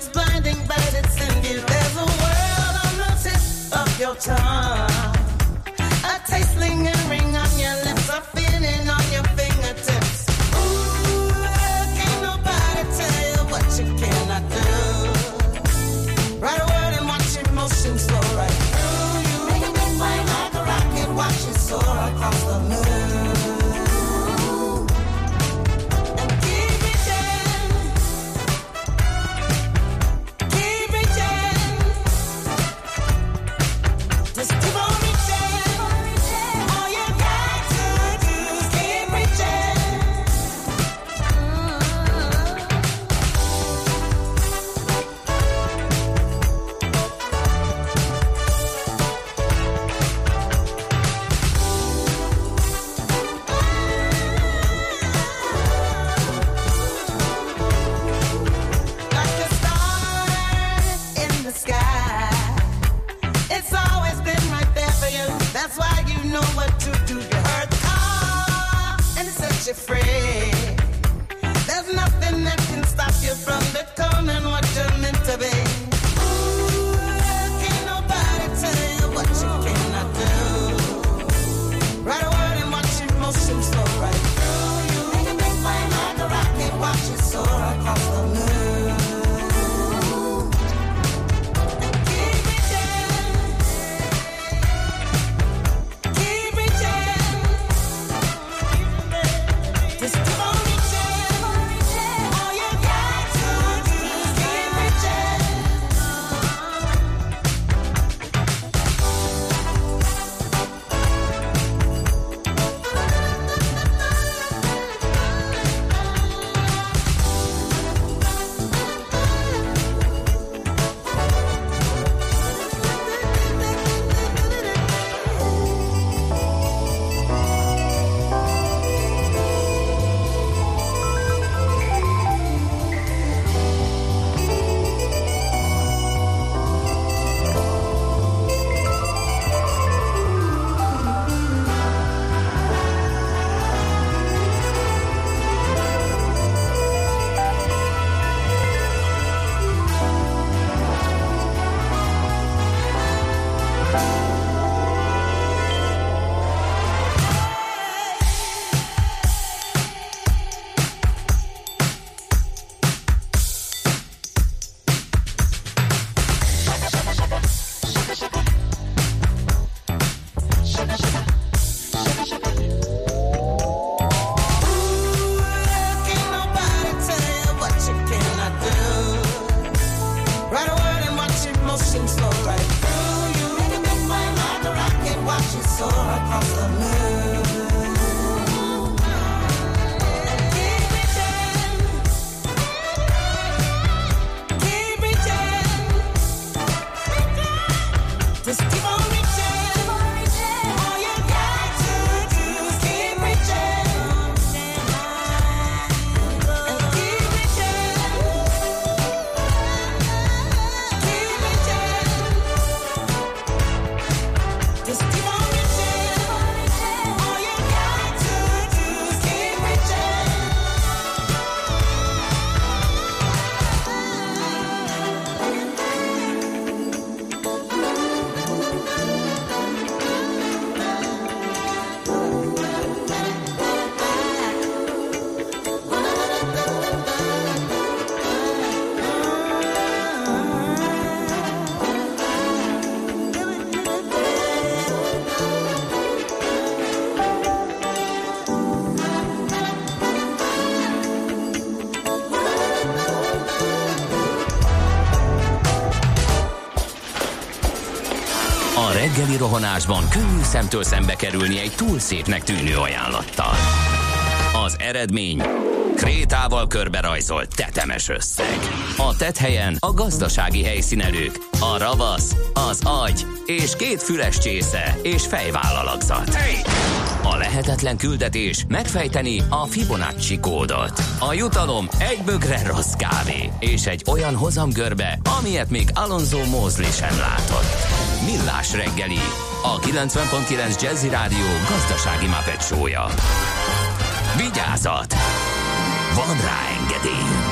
reggeli rohanásban könnyű szemtől szembe kerülni egy túl szépnek tűnő ajánlattal. Az eredmény... krétával körberajzolt tetemes összeg. A tetthelyen a gazdasági helyszínelők, a ravasz, az agy és 2 füles csésze és fejvállalakzat. A lehetetlen küldetés megfejteni a Fibonacci kódot. A jutalom egy bögre rossz kávé és egy olyan hozamgörbe, amilyet még Alonso Mosley sem látott. Millás reggeli, a 90.9 Jazzy Rádió gazdasági Muppet show-ja. Vigyázat! Van rá engedélyünk!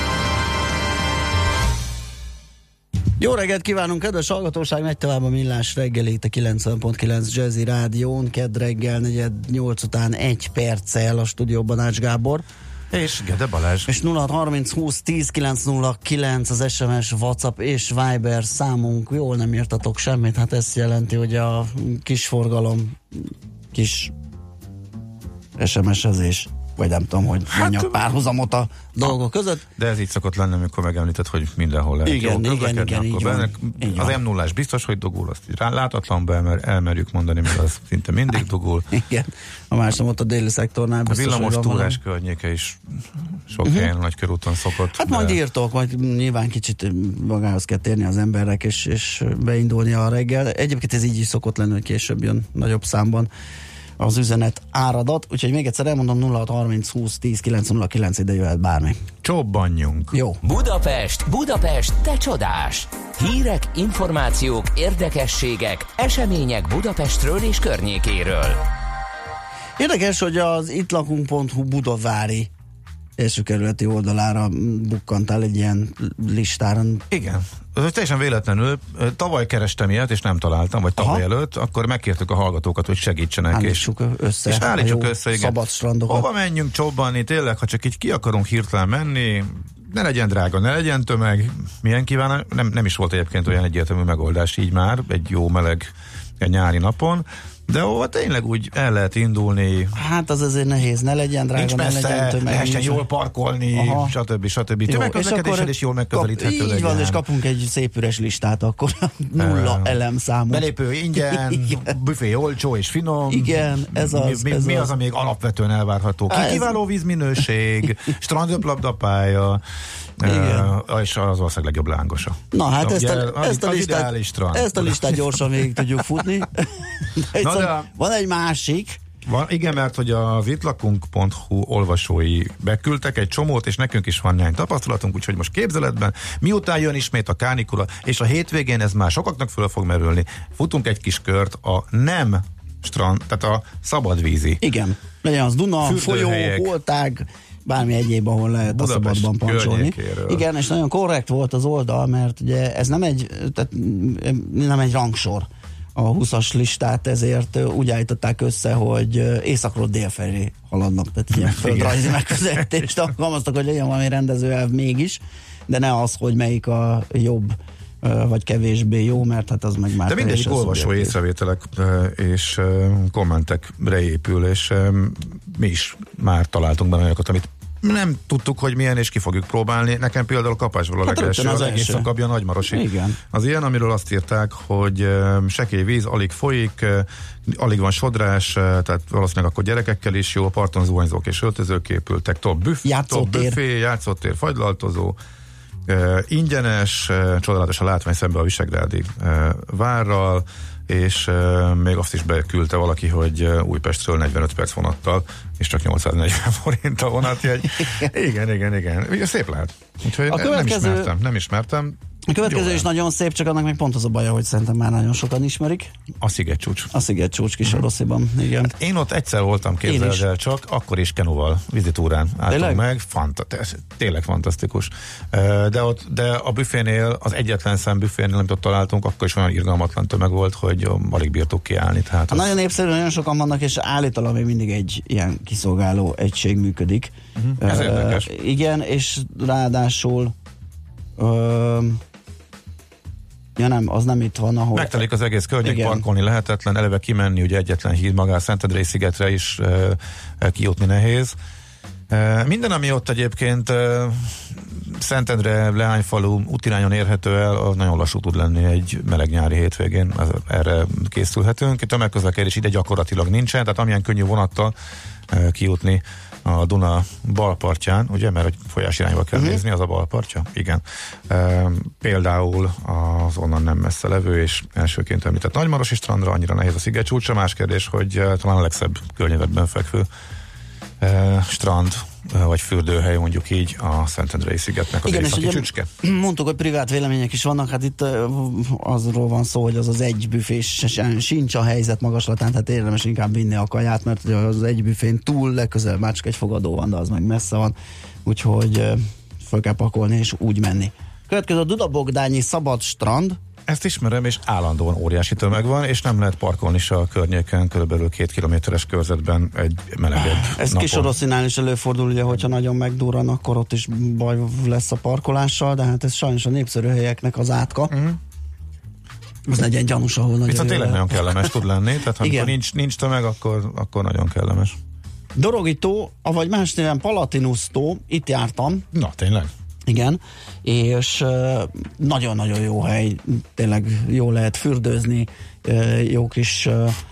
Jó reggelt kívánunk, kedves hallgatóság, megy tovább a Millás reggeli itt a 90.9 Jazzy Rádión, kedd reggel 4:08 után 1 perccel a stúdióban Ács Gábor. És Gede Balázs. És 0630 20 10 909 az SMS, WhatsApp és Viber számunk. Jól nem írtatok semmit, hát ez jelenti, hogy a kis forgalom, kis SMS-ezés, vagy nem tudom, hogy mondjak párhuzamot a dolgok között. De ez így szokott lenni, amikor megemlített, hogy mindenhol lehet igen, jól közlekedni. Így van. Az M0-ás biztos, hogy dugul, azt látatlanba elmerjük mondani, mert az szinte mindig dugul. Igen, a másnap ott a déli szektornál biztos, a villamos túrás környéke is sok helyen nagy körúton szokott. Hát majd írtok, majd nyilván kicsit magához kell térni az emberek, és beindulni a reggel. Egyébként ez így is szokott lenni, hogy később jön nagyobb számban az üzenet áradat, úgyhogy még egyszer elmondom, 0630 20 10 909, ide jöhet bármi. Csobbanjunk! Jó. Budapest, te csodás! Hírek, információk, érdekességek, események Budapestről és környékéről. Érdekes, hogy az ittlakunk.hu budavári első kerületi oldalára bukkantál egy ilyen listáron. Igen. Ez teljesen véletlenül. Tavaly kerestem ilyet, és nem találtam, vagy tavaly előtt, akkor megkértük a hallgatókat, hogy segítsenek. Állítsuk össze. És állítsuk össze, igen. Szabad strandokat. Hova menjünk csobbanni, tényleg, ha csak így ki akarunk hirtelen menni, ne legyen drága, ne legyen tömeg. Milyen kíván? Nem is volt egyébként olyan egyértelmű megoldás így már, egy jó meleg nyári napon. De ahol tényleg úgy el lehet indulni. Hát az azért nehéz, ne legyen drága, nincs messze, ne legyen tömeg. Lehessen jól parkolni, stb. Tömegközlekedéssel is jól megközelíthető legyen. Így van, és kapunk egy szép üres listát, akkor 0 elemszámú. Belépő ingyen, büfé olcsó és finom. Igen, ez az. Mi az, ami alapvetően elvárható? Kiváló vízminőség, strandöplabdapálya, és az ország legjobb lángosa. Na hát ezt a listát gyorsan végig tudjuk futni. Van egy másik. Igen, mert hogy az ittlakunk.hu olvasói beküldtek egy csomót, és nekünk is van néhány tapasztalatunk, úgyhogy most képzeletben, miután jön ismét a kánikula, és a hétvégén ez már sokaknak föl fog merülni, futunk egy kis kört a nem strand, tehát a szabadvízi. Igen, legyen az Duna, folyó, holtág, bármi egyéb, ahol lehet Budapest a szabadban pancsolni. Igen, és nagyon korrekt volt az oldal, mert ugye ez nem egy rangsor a 20-as listát, ezért úgy állították össze, hogy északról dél felé haladnak, tehát ilyen földrajzi megközelítést alkalmaztak, hogy legyen valami rendezőelv mégis, de ne az, hogy melyik a jobb vagy kevésbé jó, mert hát az meg már... De mindegyik olvasó észrevételek és kommentekre épül, és mi is már találtunk benne olyakat, amit nem tudtuk, hogy milyen, és ki fogjuk próbálni. Nekem például Kapásból a legelső, az egész Kabja Nagymarosi. Igen. Az ilyen, amiről azt írták, hogy sekély víz, alig folyik, alig van sodrás, tehát valószínűleg akkor gyerekekkel is jó, parton zuhanyzók és öltözők épültek, top büfé, játszótér, fagylaltozó, ingyenes, csodálatos a látvány szembe a Visegrádi várral, és még azt is beküldte valaki, hogy Újpestről 45 perc vonattal, és csak 840 forint a vonatjegy. Igen. Szép lehet. Úgyhogy nem ismertem. A következő is nagyon szép, csak annak még pont az a baja, hogy szerintem már nagyon sokan ismerik. A Szigetcsúcs. A Szigetcsúcs Kisarosziban, igen. Hát én ott egyszer voltam, képzeld el csak, akkor is kenúval, vizitúrán álltunk meg. Tényleg fantasztikus. De a büfénél, az egyetlen szem büfénél, amit ott találtunk, akkor is olyan irgalmatlan tömeg volt, hogy alig bírtuk kiállni. Tehát nagyon népszerű, nagyon sokan vannak, és állítólag még mindig egy ilyen kiszolgáló egység működik. Ez érdekes. Igen, és ráadásul az nem itt van, ahol... Megtelik az egész környék, parkolni lehetetlen, eleve kimenni, ugye egyetlen híd magá Szentendrei szigetre is kijutni nehéz. Minden, ami ott egyébként Szentendre, Leányfalu útirányon érhető el, az nagyon lassú tud lenni egy meleg nyári hétvégén, erre készülhetünk. Itt tömegközlekedés ide gyakorlatilag nincsen, tehát amilyen könnyű vonattal kijutni a Duna balpartján, ugye, mert hogy folyás irányba kell nézni, az a balpartja? Igen. Például az onnan nem messze levő, és elsőként említett Nagymarosi strandra, annyira nehéz a sziget csúcsa. Más kérdés, hogy talán a legszebb környezetben fekvő strand, vagy fürdőhely, mondjuk így, a Szentendrei szigetnek az északi csücske. Mondtuk, hogy privát vélemények is vannak, hát itt azról van szó, hogy az egy büfés sincs a helyzet magaslatán, tehát érdemes inkább vinni a kaját, mert az egy büfén túl legközelebb már csak egy fogadó van, de az meg messze van, úgyhogy fel kell pakolni és úgy menni. Következő a Dudabogdányi szabad strand. Ezt ismerem, és állandóan óriási tömeg van, és nem lehet parkolni se a környéken, körülbelül 2 kilométeres körzetben egy melegebb Ez napon. Kisoroszínál is előfordul, ugye, hogyha nagyon megdurran, akkor ott is baj lesz a parkolással, de hát ez sajnos a népszerű helyeknek az átka. Az legyen gyanús, ahol nagyon viszont tényleg nagyon kellemes tud lenni, tehát ha nincs tömeg, akkor nagyon kellemes. Dorogi tó, avagy más néven Palatinus tó, itt jártam. Na, tényleg? Igen, és nagyon-nagyon jó hely, tényleg jó lehet fürdőzni, jó kis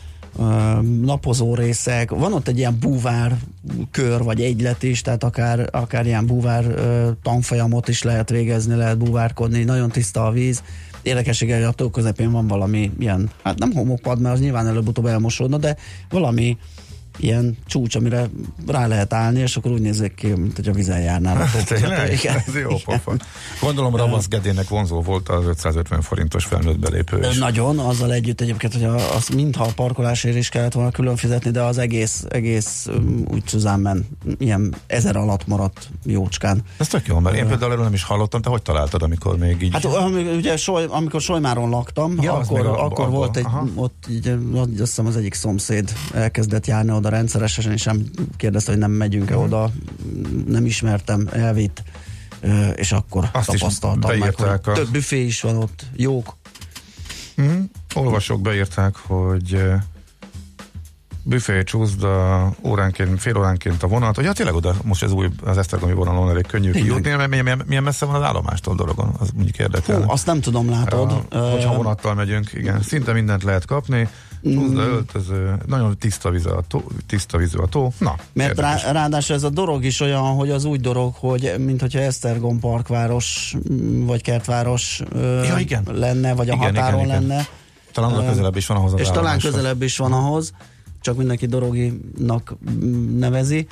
napozó részek, van ott egy ilyen búvár kör, vagy egylet is, tehát akár ilyen búvár tanfolyamot is lehet végezni, lehet búvárkodni, nagyon tiszta a víz. Érdekessége, hogy a tó közepén van valami ilyen, hát nem homokpad, mert az nyilván előbb-utóbb elmosódna, de valami ilyen csúcs, amire rá lehet állni, és akkor úgy nézzük ki, mint hogy a vízen járnál. Tényleg? Ez jó pofa. Gondolom Ravaszgedének vonzó volt az 550 forintos felnőtt belépő is. Nagyon, azzal együtt egyébként, hogy az mintha a parkolásért is kellett volna külön fizetni, de az egész úgy zuzámmen ilyen 1000 alatt maradt jócskán. Ez tök jó, mert én például erről nem is hallottam, te hogy találtad, amikor még így... Hát ugye amikor Solymáron laktam, akkor volt egy, ott így, azt hiszem az egyik szomszéd elkezdett járni oda rendszeresen, és sem kérdezte, hogy nem megyünk-e oda, nem ismertem, elvitt, és akkor azt tapasztaltam meg, hogy több büfé is van ott, jók. Olvasók beírták, hogy büfé, csúszda, fél óránként a vonat, hogy hát tényleg oda, most ez új, az Esztergomi vonalon elég könnyű kijutni, mert milyen messze van az állomástól Dorogon, az mondjuk érdekel. Azt nem tudom, látod. Hogyha vonattal megyünk, igen, szinte mindent lehet kapni, csúszda, öltöző, nagyon tiszta vízű a tó. Na, mert ráadásul ez a dorog is olyan, hogy az úgy dorog, hogy minthogyha Esztergom parkváros, vagy kertváros lenne, vagy a határon lenne. Talán oda közelebb is van ahhoz az és talán közelebb is van ahhoz, csak mindenki Doroginak nevezi.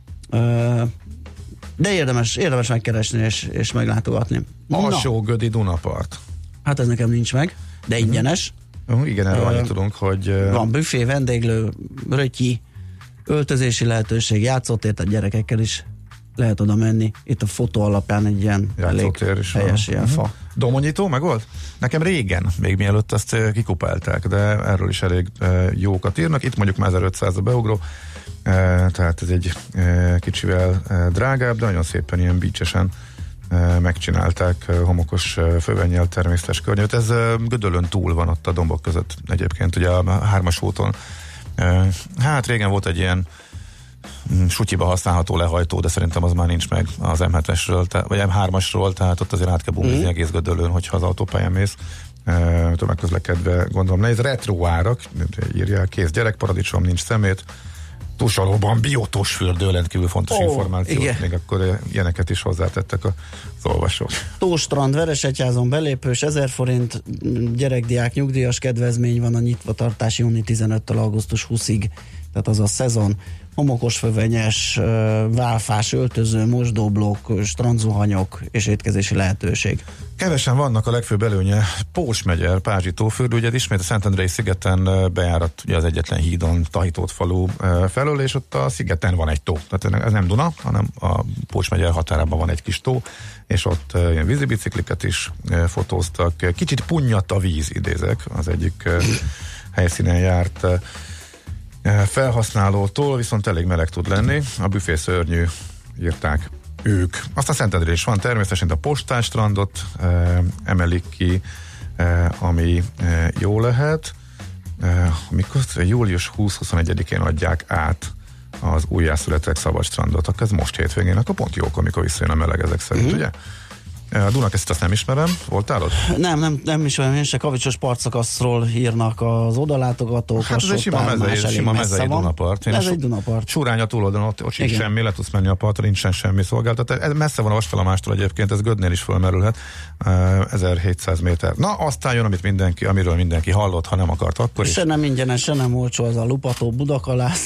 De érdemes megkeresni és meglátogatni. Alsó-Gödi Dunapart. Hát ez nekem nincs meg, de ingyenes. Igen, erről annyit tudunk, hogy... Van büfé, vendéglő, rötyi, öltözési lehetőség, játszótér, tehát gyerekekkel is lehet oda menni. Itt a fotó alapján egy ilyen elég helyes ilyen fa. Domonyító meg volt? Nekem régen, még mielőtt azt kikupálták, de erről is elég jókat írnak. Itt mondjuk már 1500 a beugró, tehát ez egy kicsivel drágább, de nagyon szépen ilyen beachesen megcsinálták, homokos fővennyel, természetes környezet. Ez Gödöllön túl van ott a dombok között egyébként, ugye a 3-as úton. Hát régen volt egy ilyen sutyiba használható lehajtó, de szerintem az már nincs meg az M7-esről, vagy M3-asról, tehát ott azért át kell bumbizni egész Gödöllön, hogyha az autópályán mész. Tömegközlekedve gondolom nehéz. Retro árak, írják, kész gyerekparadicsom, nincs szemét. Tusalóban biotós fürdő, rendkívül fontos információ, még akkor ilyeneket is hozzátettek az olvasók. Tóstrand, Veresegyházon belépős, 1000 forint, gyerekdiák nyugdíjas kedvezmény van a nyitvatartás júni 15-től augusztus 20-ig, tehát az a szezon. Homokos fövenyes, válfás öltöző, mosdóblokk, strandzuhanyok és étkezési lehetőség. Kevesen vannak, a legfőbb előnye Pósmegyer, Pázsi tófürdő, ugye ismét a Szentendrei szigeten bejárat ugye az egyetlen hídon, Tahitót falu felől, és ott a szigeten van egy tó. Tehát ez nem Duna, hanem a Pósmegyer határában van egy kis tó, és ott ilyen vízibicikliket is fotóztak. Kicsit punnyadt a víz, idézek, az egyik helyszínen járt felhasználótól, viszont elég meleg tud lenni. A büfé szörnyű, írták ők. Aztán Szentendrén is van természetesen a Postás strandot emelik ki, ami jó lehet. Amikor július 20-21-én adják át az újjászületett szabad strandot, akkor ez most hétvégén, akkor pont jók, amikor visszajön a meleg ezek szerint, ugye? A Dunakeszit azt nem ismerem, voltál ott? Nem ismerem, én se Kavicsos partszakaszról írnak az odalátogatók. Hát ez egy sima mezei Dunapart. Ez egy Dunapart. Surány a túloldalon, ott sincs semmi, le tudsz menni a partra, nincsen semmi szolgáltatás. Messze van a vasfelemástól egyébként, ez Gödnél is fölmerülhet. 1700 méter. Na, aztán jön, amiről mindenki hallott, ha nem akart akkor is. Se nem ingyenes, se nem olcsó, az a Lupató Budakalász.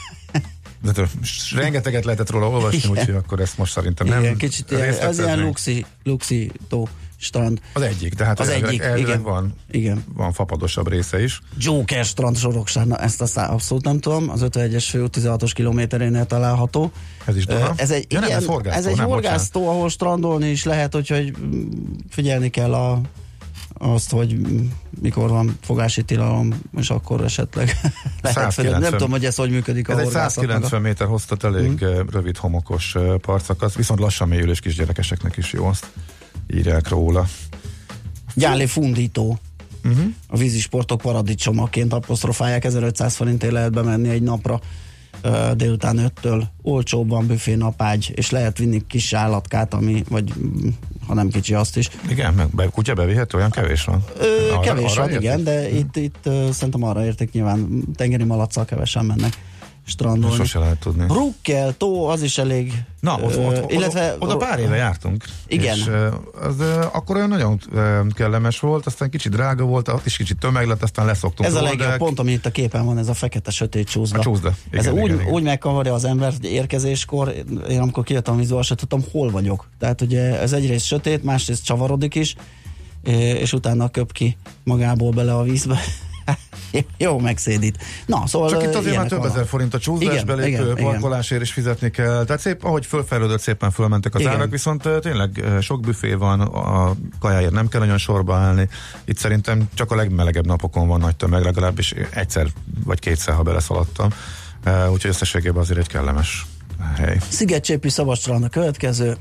De rengeteget lehetett róla olvasni, úgyhogy akkor ezt most szerintem nem. Igen, kicsit ez ilyen luxi tó strand. Az egyik, de hát az egyik, igen. Van fapadosabb része is. Joker strand Soroksána, ezt aztán abszolút nem tudom, az 51-es főút 16-os kilométerénél található. Ez is Duna? Ez egy horgásztó, ahol strandolni is lehet, úgyhogy figyelni kell azt, hogy mikor van fogási tilalom, és akkor esetleg lehet fel. Nem tudom, hogy ez hogy működik a horgászat. Ez egy 190 méter hosszat, elég rövid homokos partszakasz, viszont lassan mélyülés kisgyerekeseknek is jó, azt írják róla. Gyáli fundító. A vízisportok paradicsomaként apostrofálják, 1500 forintért lehet bemenni egy napra, délután 5-től olcsóbban büfé napágy, és lehet vinni kis állatkát, vagy ha nem kicsi, azt is. Igen, meg kutya bevihető, olyan kevés van? Kevés van, igen, de itt szerintem arra érték, nyilván tengeri malacccal kevesen mennek strandolni. Sose lehet tudni. Brukkel, tó, az is elég. Na, oda pár éve jártunk. Igen. És az akkor olyan nagyon kellemes volt, aztán kicsit drága volt, ott is kicsit tömeg lett, aztán leszoktunk. Ez a legjobb pont, ami itt a képen van, ez a fekete sötét csúszda. A csúszda. Igen, ez igen. Úgy megkavarja az ember, hogy érkezéskor, én amikor kijöttem a vízből, se tudtam, hol vagyok. Tehát ugye ez egyrészt sötét, másrészt csavarodik is, és utána köp ki magából bele a vízbe. Jó megszédít. Na, szóval csak itt azért már több ezer forint a csúszás, belépő, parkolásért is fizetni kell. Tehát szép, ahogy fölfejlődött, szépen fölmentek az árak, viszont tényleg sok büfé van, a kajáért nem kell nagyon sorba állni. Itt szerintem csak a legmelegebb napokon van nagy tömeg, legalábbis egyszer vagy kétszer, ha beleszaladtam. Úgyhogy összességében azért egy kellemes hely. Szigetcsépi Szabadstrand a következő.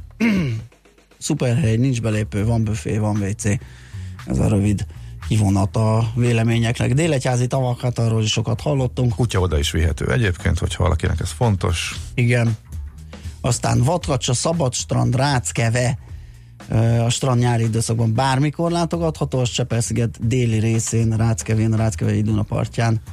Szuper hely, nincs belépő, van büfé, van WC. Ez a rövid kivonat a véleményeknek. Délegyházi tavakat, arról is sokat hallottunk. Kutya oda is vihető egyébként, hogyha valakinek ez fontos. Igen. Aztán Vadkacsa, Szabadstrand, Ráckeve, a strand nyári időszakban bármikor látogatható, a Csepel-sziget déli részén, Ráckevén, a Ráckevei Dunapartján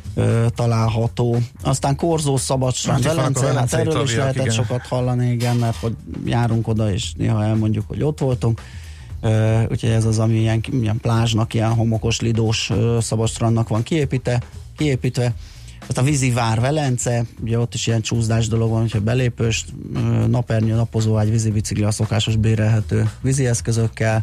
található. Aztán Korzó, Szabadstrand, Velence, hát erről is lehetett igen. Sokat hallani, igen, mert hogy járunk oda, és néha elmondjuk, hogy ott voltunk. Úgyhogy ez az, ami ilyen plázsnak, ilyen homokos, lidós Szabadstrandnak van kiépítve. Aztán Vízivár, Velence, ugye ott is ilyen csúszdás dolog van, hogyha belépős, napernyő, napozóágy, vízibicikli a szokásos bérelhető vízi eszközökkel.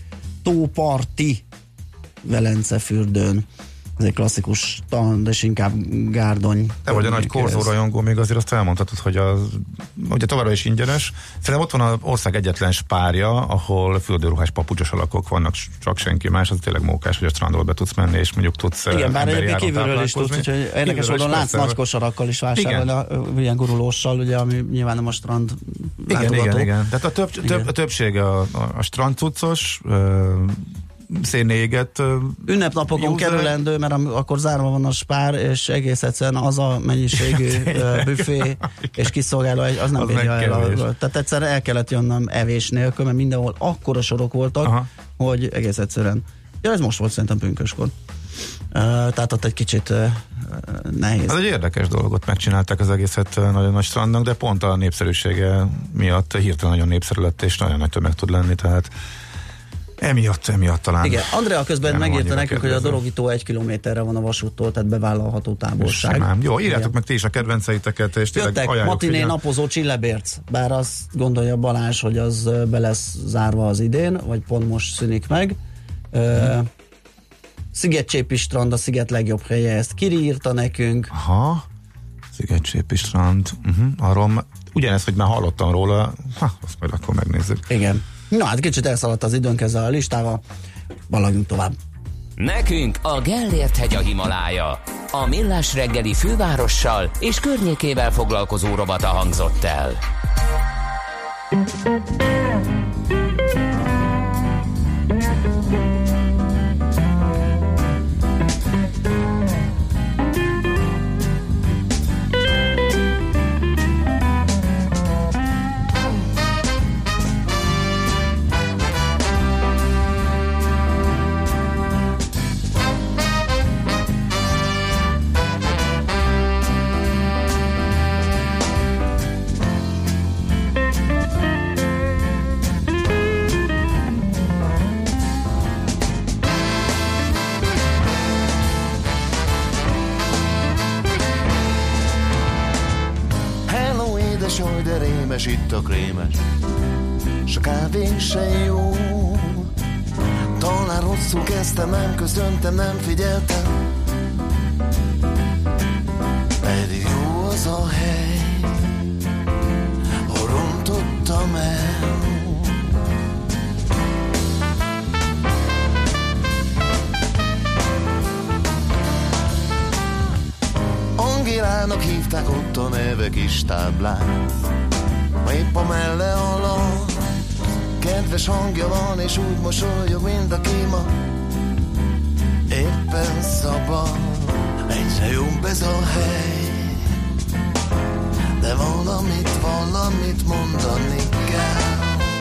Tóparti Velence fürdőn. Ez egy klasszikus strand, és inkább gárdony. Te vagy a nagy Korzó rajongó, még azért azt elmondhatod, hogy ugye továbbra is ingyenes. Szerintem ott van az ország egyetlen spárja, ahol fürdőruhás papucsos alakok vannak, csak senki más, az tényleg mókás, hogy a strandról be tudsz menni, és mondjuk tudsz igen, bár egyébként kívülről is tudsz, úgyhogy érdekes módon látsz nagy kosarakkal is vásárolni, ilyen gurulóssal, ugye, ami nyilván nem a strand látogató. Igen. Tehát a többsége a strandcuccos, szénné égett ünnepnapokon kerülendő, mert akkor zárva van a spár, és egész egyszerűen az a mennyiségű büfé és kiszolgáló, az nem bírja el. Tehát egyszerűen el kellett jönnöm evés nélkül, mert mindenhol akkora sorok voltak, hogy egész egyszerűen. Ja, ez most volt szerintem pünköskor. Tehát ott egy kicsit nehéz. Ez egy érdekes dolgot megcsinálták az egészet nagyon nagy strandnak, de pont a népszerűsége miatt hirtelen nagyon népszerű lett, és nagyon nagy tömeg tud lenni, tehát Emiatt talán. Igen, Andrea közben megírta nekünk, hogy a Dorogitó 1 kilométerre van a vasúttól, tehát bevállalható távolság. Nem. Jó, írjátok meg ti is a kedvenceiteket, és tényleg ajánljuk. Matiné napozó Csillebérc, bár azt gondolja Balázs, hogy az be lesz zárva az idén, vagy pont most szűnik meg. Szigetcsépi strand, a sziget legjobb helye, ezt Kiri írta nekünk. Aha, Szigetcsépi strand. Arról ugyanezt, hogy már hallottam róla, azt majd akkor megnézzük. Igen. Na hát kicsit elszaladt az időnk ezzel a listával, valagjunk tovább. Nekünk a Gellért-hegy a Himalája. A Millás reggeli fővárossal és környékével foglalkozó rovata hangzott el. krémes, itt a krémes, s a kávé se jó. Talán rosszul kezdtem, nem köszöntem, nem figyeltem, pedig jó az a hely, hol rontottam el. Angélának hívták ott a neve kis táblán, épp a melle alatt kedves hangja van, és úgy mosolyog, mint aki ma éppen szabad. Egyre jobb ez a hely, de valamit mondani kell.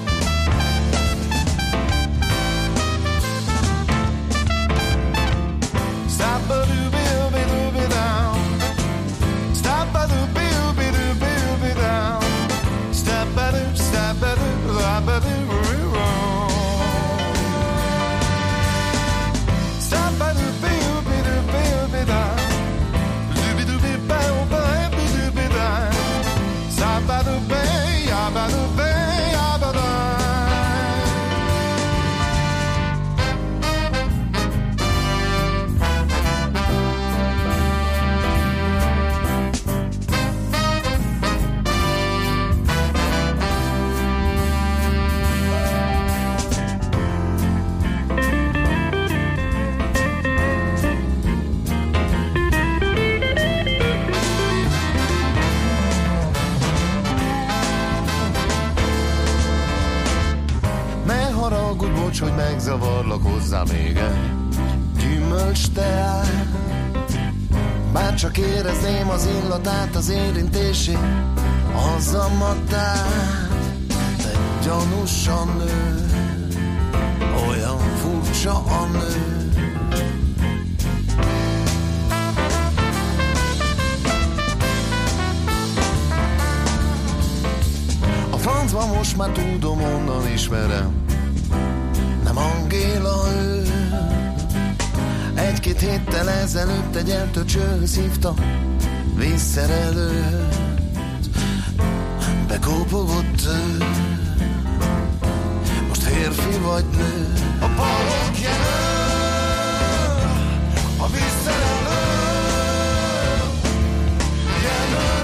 Hogy megzavarlak, hozzá még egy gyümölcs teát. Bárcsak érezném az illatát, az érintését, az a matát. De gyanúsan nő, olyan furcsa a nő. A francban most már tudom, onnan ismerem, nem Angéla ő. Egy-két héttel ezelőtt egy eltört csőhöz hívta vízszerelőt. Bekópogott ő, most férfi vagy nő. A balok jelöl, a vízszerelő jelöl.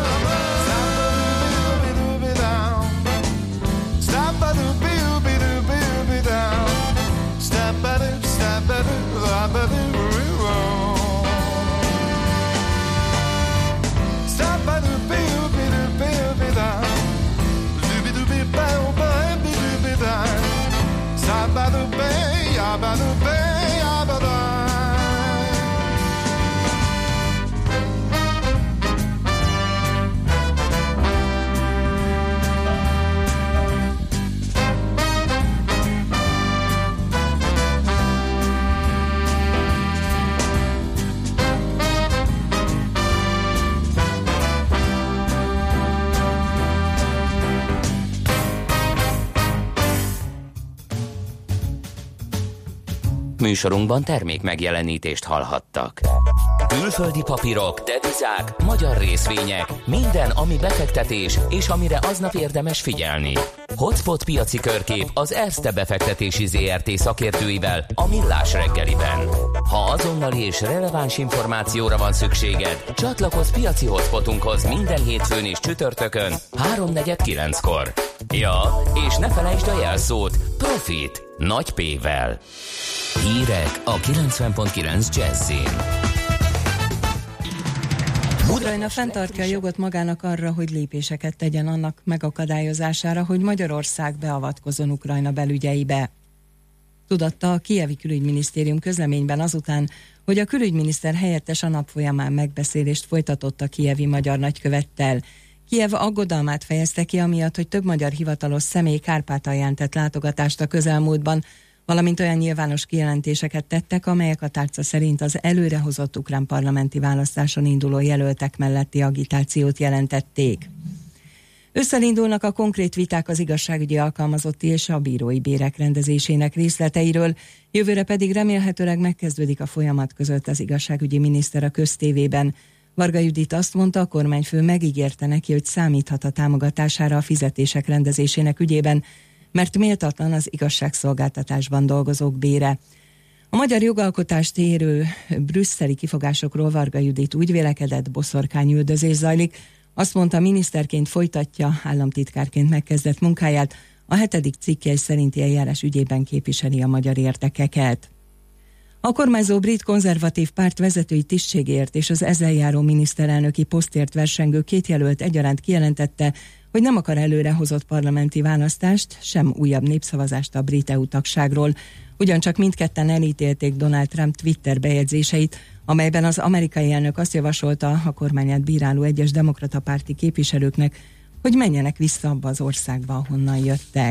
Műsorunkban termék megjelenítést hallhattak. Külföldi papírok, devizák, magyar részvények, minden, ami befektetés, és amire aznap érdemes figyelni. Hotspot piaci körkép az Erste befektetési ZRT szakértőivel a Millás reggeliben. Ha azonnali és releváns információra van szükséged, csatlakozz piaci hotspotunkhoz minden hétfőn és csütörtökön 3:49-kor. Ja, és ne felejtsd a jelszót Profit nagy P-vel. Hírek a 90.9 Jazzin. Ukrajna fenntartja a jogot magának arra, hogy lépéseket tegyen annak megakadályozására, hogy Magyarország beavatkozzon Ukrajna belügyeibe. Tudatta a kijevi külügyminisztérium közleményben azután, hogy a külügyminiszter helyettes a nap folyamán megbeszélést folytatott a kijevi magyar nagykövettel. Kijev aggodalmát fejezte ki amiatt, hogy több magyar hivatalos személy Kárpátalján tett látogatást a közelmúltban, valamint olyan nyilvános kijelentéseket tettek, amelyek a tárca szerint az előrehozott ukrán parlamenti választáson induló jelöltek melletti agitációt jelentették. Összeindulnak a konkrét viták az igazságügyi alkalmazotti és a bírói bérek rendezésének részleteiről, jövőre pedig remélhetőleg megkezdődik a folyamat között az igazságügyi miniszter a köztévében. Varga Judit azt mondta, a kormányfő megígérte neki, hogy számíthat a támogatására a fizetések rendezésének ügyében, mert méltatlan az igazságszolgáltatásban dolgozók bére. A magyar jogalkotást érő brüsszeli kifogásokról Varga Judit úgy vélekedett, boszorkányüldözés zajlik. Azt mondta, miniszterként folytatja államtitkárként megkezdett munkáját, a 7. cikkely szerinti eljárás ügyében képviseli a magyar érdekeket. A kormányzó brit konzervatív párt vezetői tisztségért és az ezzel járó miniszterelnöki posztért versengő 2 jelölt egyaránt kijelentette, hogy nem akar előrehozott parlamenti választást, sem újabb népszavazást a brit EU tagságról. Ugyancsak mindketten elítélték Donald Trump Twitter bejegyzéseit, amelyben az amerikai elnök azt javasolta a kormányát bíráló egyes demokrata párti képviselőknek, hogy menjenek vissza abba az országba, ahonnan jöttek.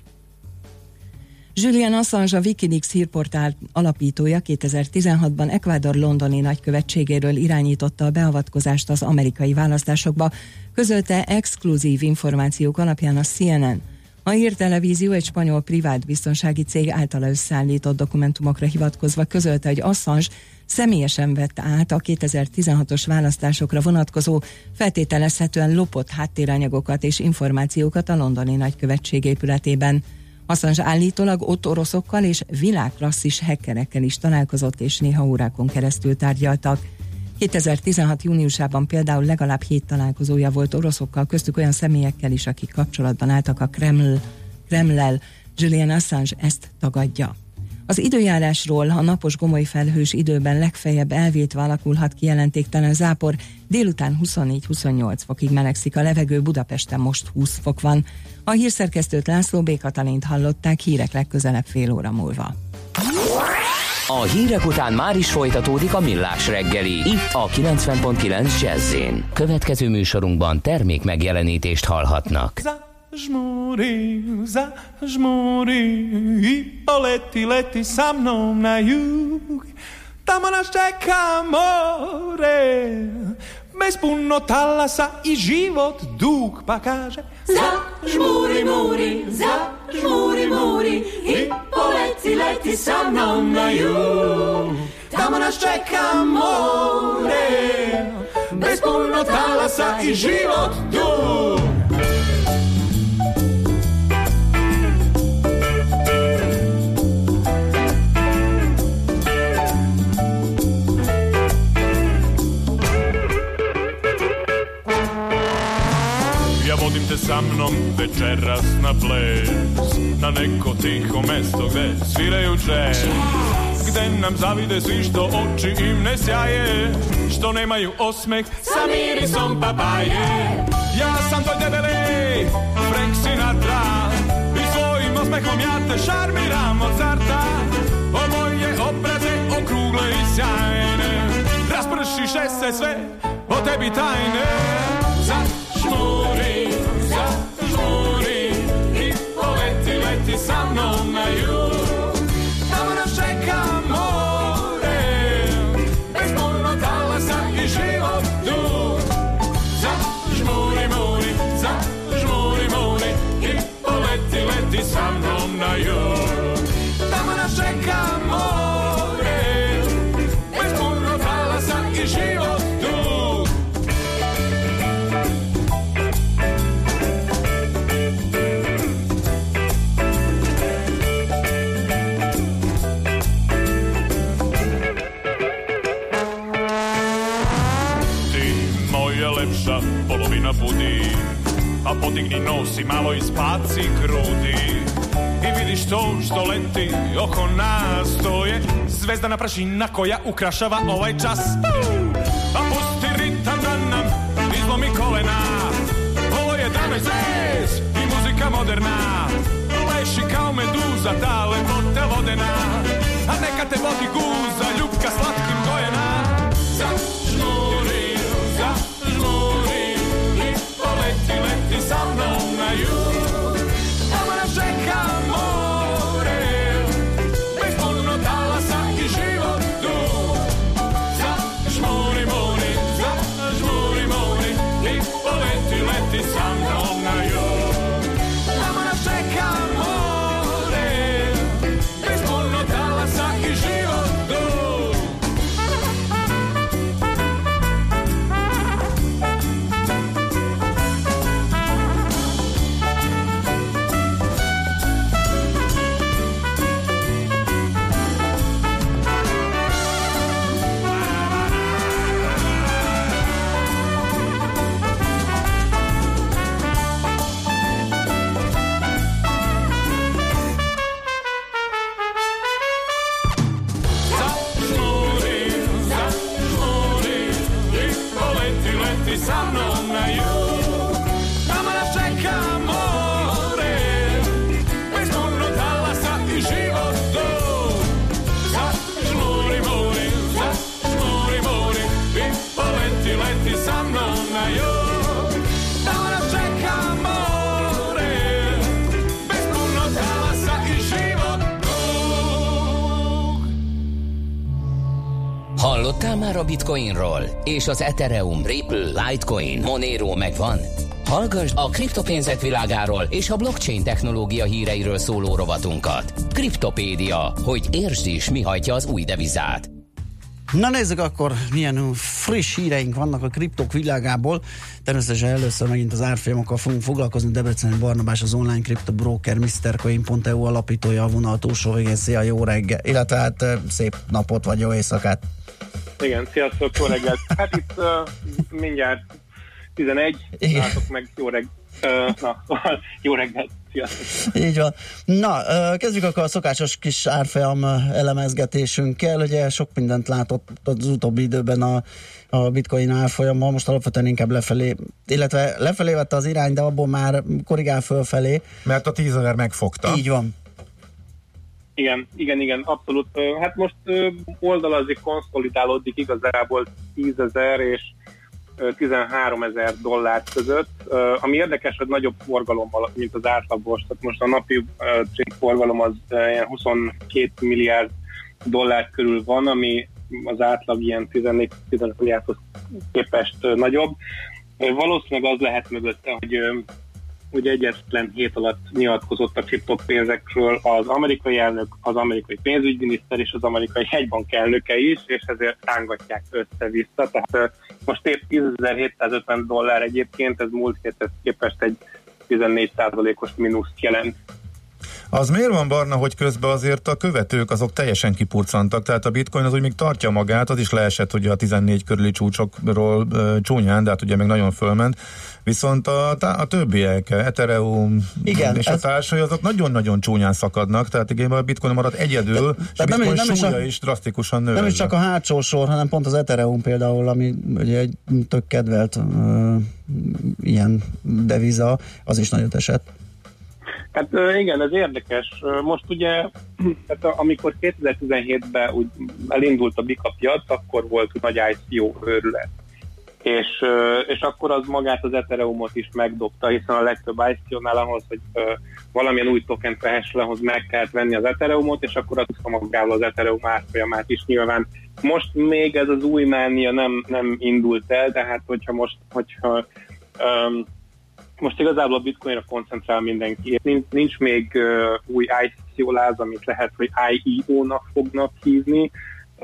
Julian Assange, a Wikileaks hírportál alapítója 2016-ban Ecuador londoni nagykövetségéről irányította a beavatkozást az amerikai választásokba, közölte exkluzív információk alapján a CNN. A hírtelevízió egy spanyol privát biztonsági cég általa összeállított dokumentumokra hivatkozva közölte, hogy Assange személyesen vette át a 2016-os választásokra vonatkozó, feltételezhetően lopott háttéranyagokat és információkat a londoni nagykövetség épületében. Assange állítólag ott oroszokkal és világrasszis hackerekkel is találkozott, és néha órákon keresztül tárgyaltak. 2016. júniusában például legalább 7 találkozója volt oroszokkal, köztük olyan személyekkel is, akik kapcsolatban álltak a Kremllel. Julian Assange ezt tagadja. Az időjárásról: a napos gomoly felhős időben legfeljebb elvétve alakulhat ki jelentéktelen zápor, délután 24-28 fokig melegszik a levegő, Budapesten most 20 fok van. A hírszerkesztőt, László B. Katalint hallották, hírek legközelebb fél óra múlva. A hírek után már is folytatódik a Millás reggeli, itt a 90.9 Jazz-én. Következő műsorunkban termék megjelenítést hallhatnak. Zažmuri, poleti sa mnou na jug, tamo nás čeká more, bez puno talasa i život dug, pa kaže zažmuri, i poleti sa mnou na jug, tamo nás čeká more, bez puno talasa i život dug. Ja vodim te sa mnom večeras na ples, na neko tiho mesto gde sviraju džez, gde nam zavide svi što oči im ne sjaje, što nemaju osmeh sa mirisom papaje. Ja sam tvoj debeli Frank Sinatra i svojim osmehom ja te šarmiram od starta. O moje obraze okrugle i sjajne, raspršiše se sve o tebi tajne. Zažmuri i poleti sa mnom na jug, tamo nas čeka more, bez puno talasa i život dug. Zažmuri i poleti sa mnom na jug, tamo nas čeka more, bez puno talasa i život dug. Polovina budi, a podigni nos i malo ispaci grudi i vidiš to što leti oko nas, to je zvezdana prašina koja ukrašava ovaj čas. A pusti ritam da nam izlomi kolena, ovo je drum and bass i muzika moderna, leši kao meduza ta lepota vodena, a neka te vodi guza ljubka slatkim gojena. Leti sa mnom na jug, tamo nas čeka more, bez puno talasa i život dug. Zažmuri i poleti sa mnom na jug, tamo nas čeka more, bez puno sa mnom na jug. Tamo nas čeka more, bez puno talasa i život dug. Zažmuri, mori, zažmuri, mori, i poleti, leti sa mnom na jug. Tamo nas čeka more, bez puno talasa i život dug. Hallottál már a Bitcoinról? És az Ethereum, Ripple, Litecoin, Monero megvan? Hallgass a kriptopénzek világáról és a blockchain technológia híreiről szóló rovatunkat. Kriptopédia, hogy értsd is, mi hajtja az új devizát. Na nézzük akkor, milyen friss híreink vannak a kriptok világából. Természetesen először megint az árfolyamokkal fogunk foglalkozni. Debreceni Barnabás, az online kriptobroker, MrCoin.eu alapítója a vonal túlsó végén. Szia, jó reggel, illetve hát szép napot vagy jó éjszakát. Igen, sziasztok, jó reggelt. Hát itt mindjárt 11, látok meg, jó reggelt. Jó reggelt, sziasztok. Így van. Na, kezdjük akkor a szokásos kis árfolyam elemezgetésünkkel. Ugye sok mindent látott az utóbbi időben a bitcoin árfolyammal, most alapvetően inkább lefelé, illetve lefelé vette az irány, de abból már korrigál fölfelé. Mert a 10.000 megfogta. Így van. Igen, abszolút. Hát most oldalazik, konszolidálódik igazából 10.000 és 13.000 dollár között, ami érdekes, hogy nagyobb forgalommal, mint az átlagos. Tehát most a napi forgalom az ilyen 22 milliárd dollár körül van, ami az átlag ilyen 14-15 milliárdhoz képest nagyobb. Valószínűleg az lehet mögötte, hogy egyetlen hét alatt nyilatkozott a kriptopénzekről az amerikai elnök, az amerikai pénzügyminiszter és az amerikai hegybank elnöke is, és ezért rángatják össze-vissza. Tehát most épp 10.750 dollár egyébként, ez múlt héthez képest egy 14%-os mínuszt jelent. Az miért van, Barna, hogy közben azért a követők azok teljesen kipurcantak, tehát a bitcoin az úgy még tartja magát, az is leesett ugye a 14 körüli csúcsokról csúnyán, de hát ugye még nagyon fölment, viszont a többiek, Ethereum és a társai, azok nagyon-nagyon csúnyán szakadnak, tehát igen, a bitcoin marad egyedül, és a bitcoin súlya is drasztikusan nő. Nem is csak a hátsó sor, hanem pont az Ethereum például, ami ugye egy tök kedvelt ilyen deviza, az is nagyot esett. Hát igen, ez érdekes. Most ugye, tehát amikor 2017-ben úgy elindult a Bika piac, akkor volt nagy ICO őrület. És akkor az magát az Ethereumot is megdobta, hiszen a legtöbb ICO-nál ahhoz, hogy valamilyen új tokent vehess le, ahhoz meg kellett venni az Ethereumot, és akkor az magával az Ethereum árfolyamát is nyilván. Most még ez az új mánia nem indult el, tehát hogyha most igazából a bitcoinra koncentrál mindenki. Nincs még új ICO-láz, amit lehet, hogy IEO-nak fognak hívni,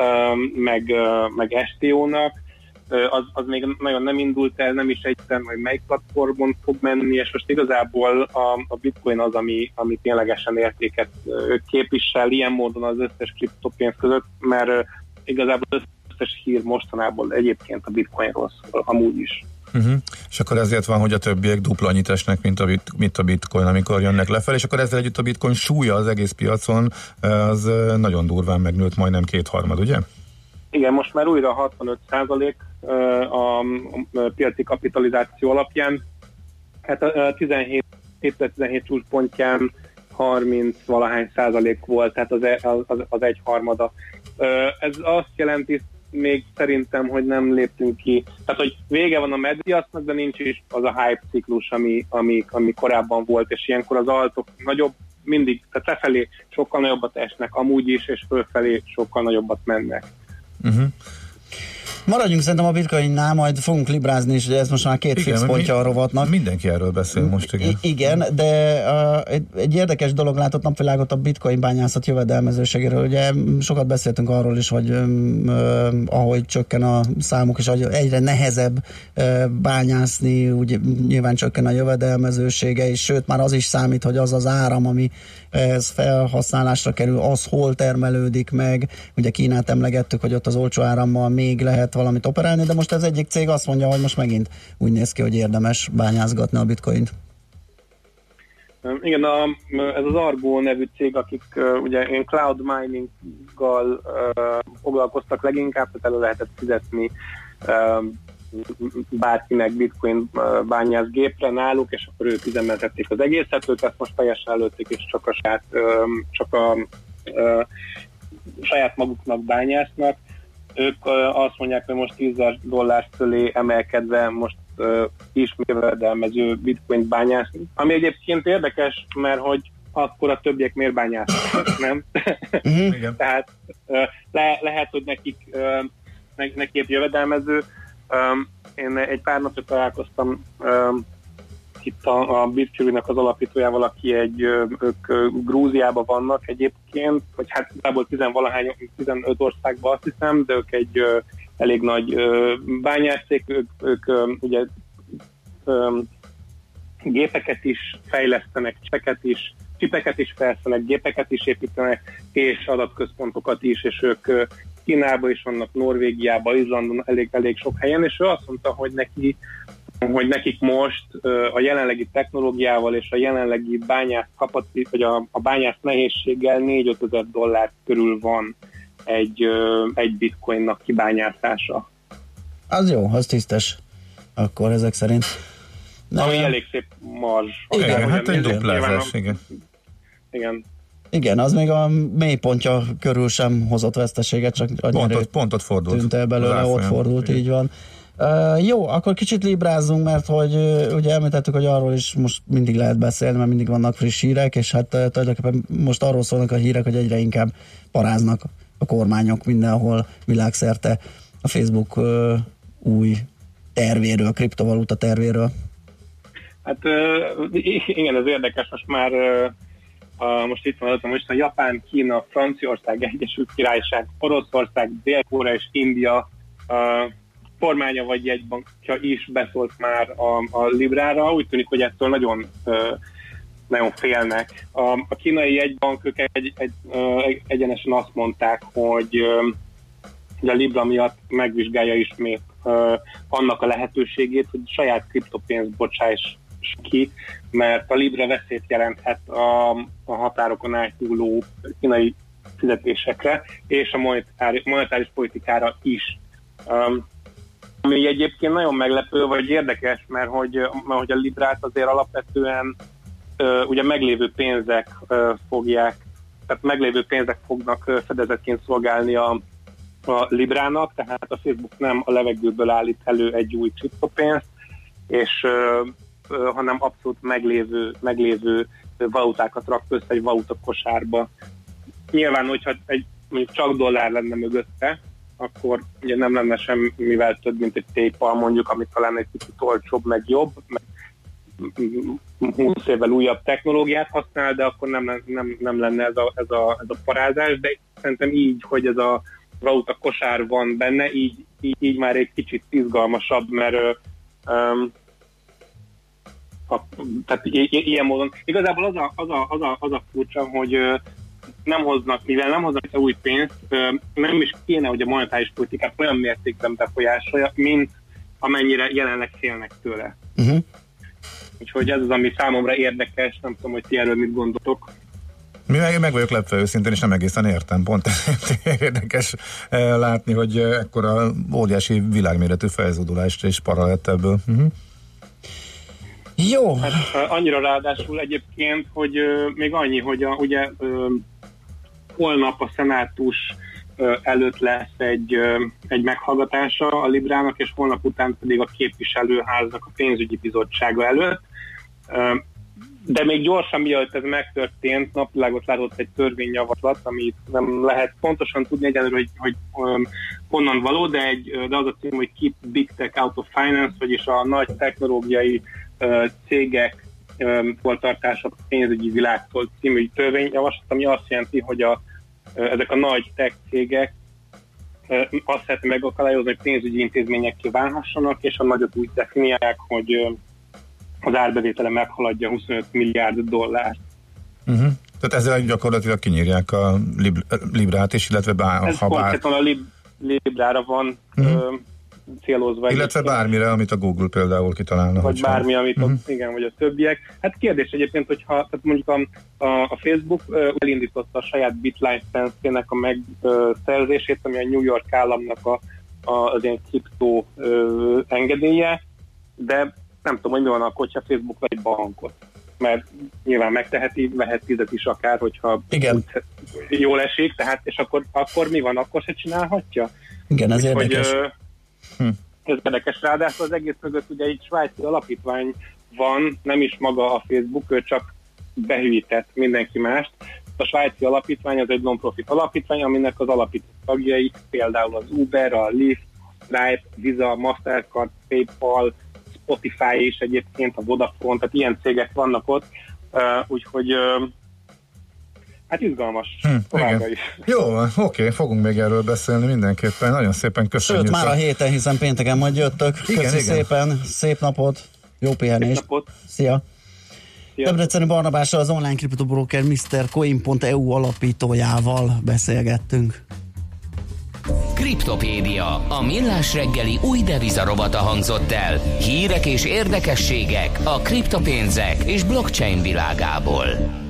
meg STO-nak. Az még nagyon nem indult el, nem is egyszerűen, hogy melyik platformon fog menni, és most igazából a bitcoin az, ami ténylegesen értéket képvisel ilyen módon az összes kriptopénz között, mert igazából az összes hír mostanában egyébként a bitcoinról szól, amúgy is. És akkor ezért van, hogy a többiek dupla annyit esnek, mint a bitcoin, amikor jönnek lefelé, és akkor ezzel együtt a bitcoin súlya az egész piacon, az nagyon durván megnőtt, majdnem 2/3, ugye? Igen, most már újra 65% a piaci kapitalizáció alapján. Hát a 2017 csúcspontján 30-valahány százalék volt, tehát az egyharmada. Ez azt jelenti, még szerintem, hogy nem léptünk ki. Tehát, hogy vége van a medpiacnak, de nincs is az a hype ciklus, ami korábban volt, és ilyenkor az altok nagyobb, mindig, tehát lefelé sokkal nagyobbat esnek amúgy is, és fölfelé sokkal nagyobbat mennek. Maradjunk szerintem a bitcoinnál, majd fogunk librázni, és ez most már két fix pontja a rovatnak. Mindenki erről beszél most, igen. Igen, de egy érdekes dolog látott napvilágot a bitcoin bányászat jövedelmezőségéről. Ugye sokat beszéltünk arról is, hogy ahogy csökken a számuk, és egyre nehezebb bányászni, ugye nyilván csökken a jövedelmezősége, és sőt már az is számít, hogy az az áram, ami ez felhasználásra kerül, az hol termelődik meg. Ugye Kínát emlegettük, hogy ott az olcsó árammal még lehet valamit operálni, de most ez egyik cég azt mondja, hogy most megint úgy néz ki, hogy érdemes bányázgatni a bitcoint. Igen, ez az Argo nevű cég, akik ugye én cloud mininggal foglalkoztak leginkább, tehát elő lehetett fizetni bárkinek bitcoin bányászgépre náluk, és akkor ők üzemeltették az egészet, ők ezt most teljesen előtték, és csak a saját maguknak bányásznak. Ők azt mondják, hogy most $10,000 fölé emelkedve most ismét jövedelmező bitcoint bányászni. Ami egyébként érdekes, mert hogy akkor a többiek miért bányásznak, nem? Tehát lehet, hogy nekik jövedelmező. Én egy pár napja találkoztam itt a Bitfury-nak az alapítójával, aki ők Grúziában vannak egyébként, vagy hát igazából 15 országban azt hiszem, de ők egy elég nagy bányászcég, ők ugye gépeket is fejlesztenek, csipeket is fejlesztenek, gépeket is építenek, és adatközpontokat is, és ők Kínában is vannak, Norvégiában, Izlandon, elég sok helyen, és ő azt mondta, hogy nekik most a jelenlegi technológiával és a jelenlegi bányász vagy a bányász nehézséggel $4,000-5,000 körül van egy bitcoinnak kibányászása. Az jó, az tisztes. Akkor ezek szerint. Ami elég szép marzs. Igen, hát egy duplázás, igen. Igen, az még a mélypontja körül sem hozott veszteséget, csak pontot fordult. Tűnt el belőle, ott fordult, igen. Így van. Jó, akkor kicsit librázzunk, mert hogy ugye említettük, hogy arról is most mindig lehet beszélni, mert mindig vannak friss hírek, és hát tulajdonképpen most arról szólnak a hírek, hogy egyre inkább paráznak a kormányok mindenhol világszerte a Facebook új tervéről, kriptovaluta tervéről. Hát igen, ez érdekes, most már most itt van most a Japán, Kína, Franciaország, Egyesült Királyság, Oroszország, Dél-Korea és India kormánya vagy jegybankja is beszólt már a Librára. Úgy tűnik, hogy ettől nagyon félnek. A kínai jegybank ők egyenesen azt mondták, hogy a Libra miatt megvizsgálja ismét annak a lehetőségét, hogy saját kriptopénzt bocsáss ki, mert a Libra veszélyt jelenthet a határokon átnyúló kínai fizetésekre és a monetáris politikára is. Ami egyébként nagyon meglepő, vagy érdekes, mert hogy a Librát azért alapvetően ugye meglévő pénzek fognak fedezetként szolgálni a Librának, tehát a Facebook nem a levegőből állít elő egy új kriptopénzt, és hanem abszolút meglévő valutákat rak össze egy valutakosárba. Nyilván, hogyha mondjuk csak dollár lenne mögötte, akkor ugye nem lenne semmivel több, mint egy PayPal mondjuk, amit talán egy kicsit olcsóbb, meg jobb, meg 20 évvel újabb technológiát használ, de akkor nem lenne ez a parázás, de szerintem így, hogy ez a valuta kosár van benne, így már egy kicsit izgalmasabb, mert tehát ilyen módon. Igazából az a furcsa, hogy mivel nem hoznak új pénzt, nem is kéne, hogy a monetáris politikát olyan mértékben befolyásolja, mint amennyire jelenleg félnek tőle. Uh-huh. Úgyhogy ez az, ami számomra érdekes, nem tudom, hogy ti erről mit gondoltok. Mi meg vagyok lepve őszintén, és nem egészen értem. Pont érdekes látni, hogy ekkora óriási világméretű felzódulást és paralett ebből. Uh-huh. Jó. Hát, annyira ráadásul egyébként, hogy még annyi, hogy ugye holnap a szenátus előtt lesz egy meghallgatása a Librának, és holnap után pedig a képviselőháznak a pénzügyi bizottsága előtt. De még gyorsan, mielőtt ez megtörtént, napvilágot látott egy törvényjavaslat, amit nem lehet pontosan tudni egyenlőre, hogy honnan való, de az a cím, hogy Keep Big Tech Out of Finance, vagyis a nagy technológiai cégek tartása a pénzügyi világtól című törvényjavaslat, ami azt jelenti, hogy ezek a nagy tech cégek azt szeretné megakadályozni, hogy pénzügyi intézményekké válhassanak, és a nagyot úgy definiálják, hogy az árbevétele meghaladja $25 milliárd. Uh-huh. Tehát ezzel gyakorlatilag kinyírják a Librát is, illetve ez konkrétan a Librára van célozva. Illetve bármire, amit a Google például kitalálna. Vagy bármi, amit igen, vagy a többiek. Hát kérdés egyébként, hogyha tehát mondjuk a Facebook elindította a saját BitLicense-ének a megszerzését, ami a New York államnak az ilyen kriptó engedélye, de nem tudom, hogy mi van akkor, hogyha Facebook vagy bankot. Mert nyilván megteheti, vehet 10 is akár, hogyha jól esik, tehát, és akkor mi van, akkor se csinálhatja? Igen, ez érdekes. Ez érdekes, ráadásul az egész mögött ugye egy svájci alapítvány van, nem is maga a Facebook, ő csak behűített mindenki mást. A svájci alapítvány az egy non-profit alapítvány, aminek az alapító tagjai például az Uber, a Lyft, Stripe, Visa, Mastercard, PayPal, Spotify és egyébként a Vodafone, tehát ilyen cégek vannak ott, úgyhogy hát izgalmas továbbra is. Jó, oké, fogunk még erről beszélni mindenképpen, nagyon szépen köszönjük. Sőt, már a héten, hiszen pénteken majd jöttök. Köszi szépen, szép napot, jó pihenést. Szép napot. Szia! Debreceni Barnabással, az online kriptobroker MrCoin.eu alapítójával beszélgettünk. Kriptopédia, a millás reggeli új devizarobata hangzott el. Hírek és érdekességek a kriptopénzek és blockchain világából.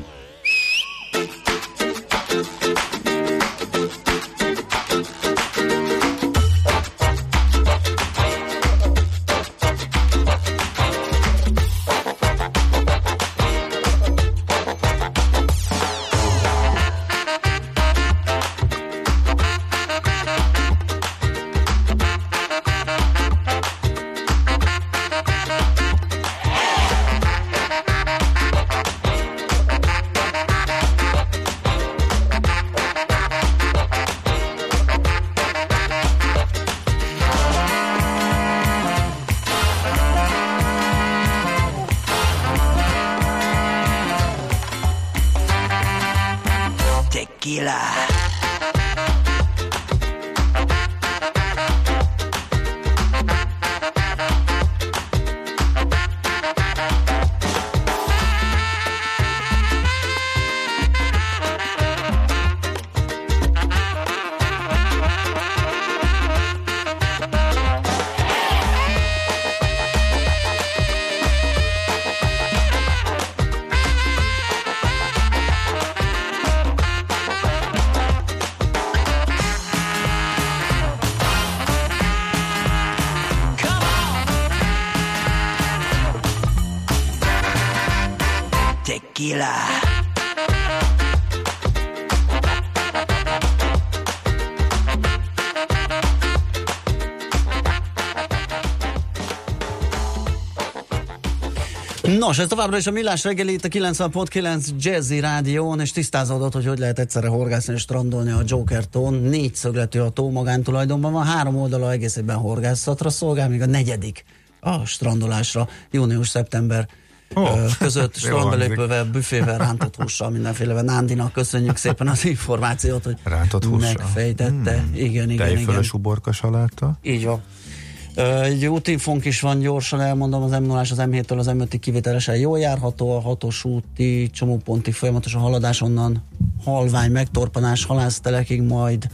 Nos, ez továbbra is a Millás reggeli itt a 90.9 Jazzy Rádión, és tisztázódott, hogy lehet egyszerre horgászni és strandolni a Joker tón. 4 szögletű a tó magántulajdonban van, 3 oldala egész egyben horgászatra szolgál, még a 4. a strandolásra, június-szeptember között strandbelépővel, büfével, rántott hússal, mindenfélevel. Nándinak köszönjük szépen az információt, hogy megfejtette. Igen. Tejfölös uborka saláta. Így van. Egy útinfónk is van, gyorsan elmondom, az M0-ás az M7-től az M5-ig kivételesen jól járható, a 6-os úti csomópontig folyamatos a haladás, onnan halvány megtorpanás halásztelekig, majd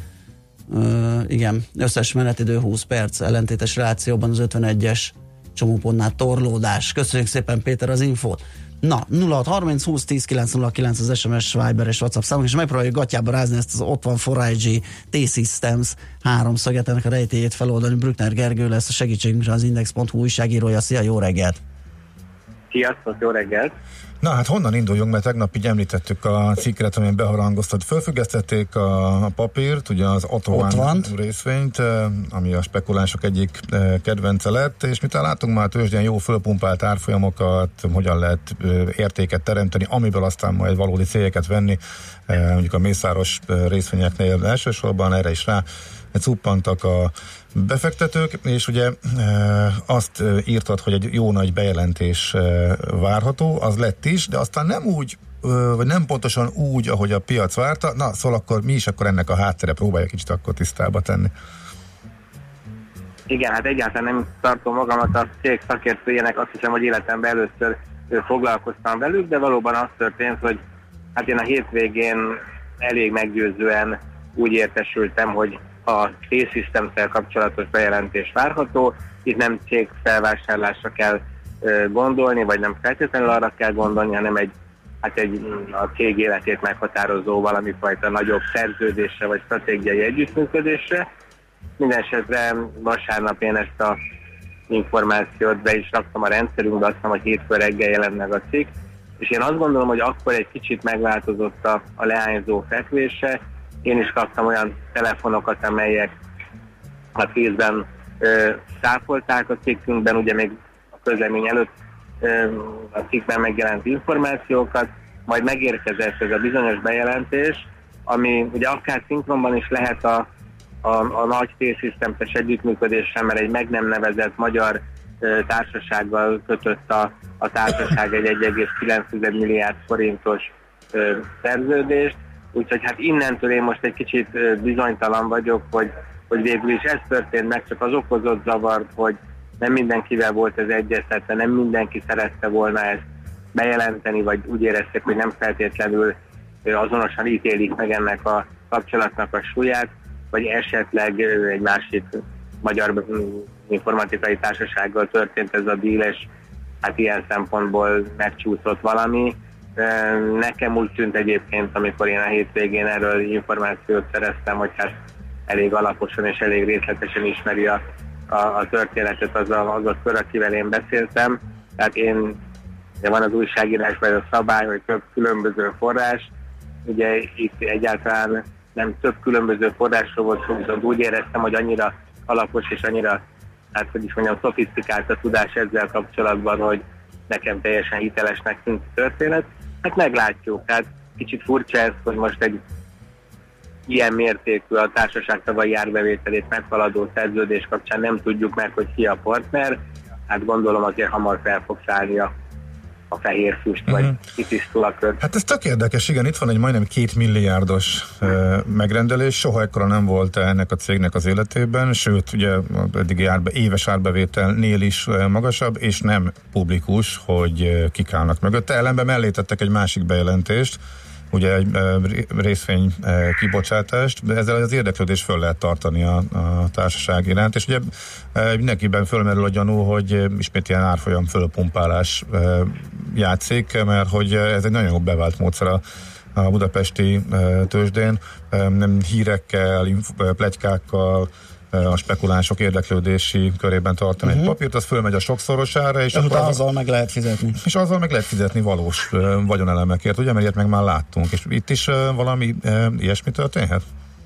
igen, összes menetidő 20 perc, ellentétes relációban az 51-es csomópontnál torlódás. Köszönjük szépen, Péter, az infót. Na, 0630 20 10 909 az SMS, Viber és WhatsApp számunk, és megpróbáljuk gatyába rázni ezt az ott van 4IG T-Systems háromszöget, ennek a rejtélyét feloldani. Brückner Gergő lesz a segítségünkre, az Index.hu újságírója. Szia, jó reggelt! Sziasztok, jó reggelt! Na hát honnan induljunk, mert tegnap így említettük a cikket, amelyen beharangoztat. Fölfüggesztették a papírt, ugye az Otvan részvényt, ami a spekulánsok egyik kedvence lett, és mit látunk már tőzsdén jó fölpumpált árfolyamokat, hogyan lehet értéket teremteni, amiből aztán majd valódi cégeket venni, mondjuk a mészáros részvényeknél elsősorban erre is rá cuppantak a befektetők, és ugye azt írtad, hogy egy jó nagy bejelentés várható, az lett is, de aztán nem úgy, vagy nem pontosan úgy, ahogy a piac várta. Na, szóval akkor mi is akkor ennek a háttere, próbálja kicsit akkor tisztába tenni. Igen, hát egyáltalán nem tartom magamat a cég szakértőjének, azt hiszem, hogy életemben először foglalkoztam velük, de valóban az történt, hogy hát én a hétvégén elég meggyőzően úgy értesültem, hogy a T-Systems-szel kapcsolatos bejelentés várható. Itt nem cég felvásárlásra kell gondolni, vagy nem feltétlenül arra kell gondolni, hanem egy a cég életét meghatározó valamifajta nagyobb szerződésre, vagy stratégiai együttműködésre. Mindenesetre vasárnap én ezt a információt be is raktam a rendszerünkbe, azt hiszem, hogy hétfő reggel jelent meg a cikk, és én azt gondolom, hogy akkor egy kicsit megváltozott a leányzó fekvése. Én is kaptam olyan telefonokat, amelyek a részben száfolták a cikkünkben, ugye még a közlemény előtt a cikkben megjelent információkat, majd megérkezett ez a bizonyos bejelentés, ami ugye akár szinkronban is lehet a nagy T-Systems-es együttműködéssel, mert egy meg nem nevezett magyar társasággal kötött a társaság egy 1,9 milliárd forintos szerződést, úgyhogy hát innentől én most egy kicsit bizonytalan vagyok, hogy végül is ez történt meg, csak az okozott zavart, hogy nem mindenkivel volt ez egyeztetve, nem mindenki szerette volna ezt bejelenteni, vagy úgy érezték, hogy nem feltétlenül azonosan ítélik meg ennek a kapcsolatnak a súlyát, vagy esetleg egy másik magyar informatikai társasággal történt ez a deal, és hát ilyen szempontból megcsúszott valami. Nekem úgy tűnt egyébként, amikor én a hétvégén erről információt szereztem, hogy hát elég alaposan és elég részletesen ismeri a történetet az a kör, akivel én beszéltem. Tehát de van az újságírásban a szabály, hogy több különböző forrás. Ugye itt egyáltalán nem több különböző forrásról volt szó, viszont úgy éreztem, hogy annyira alapos és annyira, hát hogy is mondjam, szofisztikált a tudás ezzel kapcsolatban, hogy nekem teljesen hitelesnek tűnt a történet. Hát meglátjuk. Tehát kicsit furcsa ez, hogy most egy ilyen mértékű a társaság tavalyi árbevételét meghaladó szerződés kapcsán nem tudjuk meg, hogy ki a partner. Hát gondolom azért hamar fel fog szállni a fehér füst, vagy kitisztul a kör. Hát ez tök érdekes, igen, itt van egy majdnem 2 milliárdos megrendelés, soha ekkora nem volt ennek a cégnek az életében, sőt, ugye eddigi éves árbevételnél is magasabb, és nem publikus, hogy kik állnak mögötte. Ellenben mellé tettek egy másik bejelentést, ugye egy részvény kibocsátást, de ezzel az érdeklődés föl lehet tartani a társaság iránt, és ugye mindenkiben fölmerül a gyanú, hogy ismét ilyen árfolyam fölpumpálás játszik, mert hogy ez egy nagyon jó bevált módszer a budapesti tőzsdén, nem hírekkel, pletykákkal, a spekulánsok érdeklődési körében tartani egy papírt, az fölmegy a sokszorosára, és azzal meg lehet fizetni. És azzal meg lehet fizetni valós vagyonelemekért, ugye, mert ilyet meg már láttunk, és itt is valami ilyesmi történhet?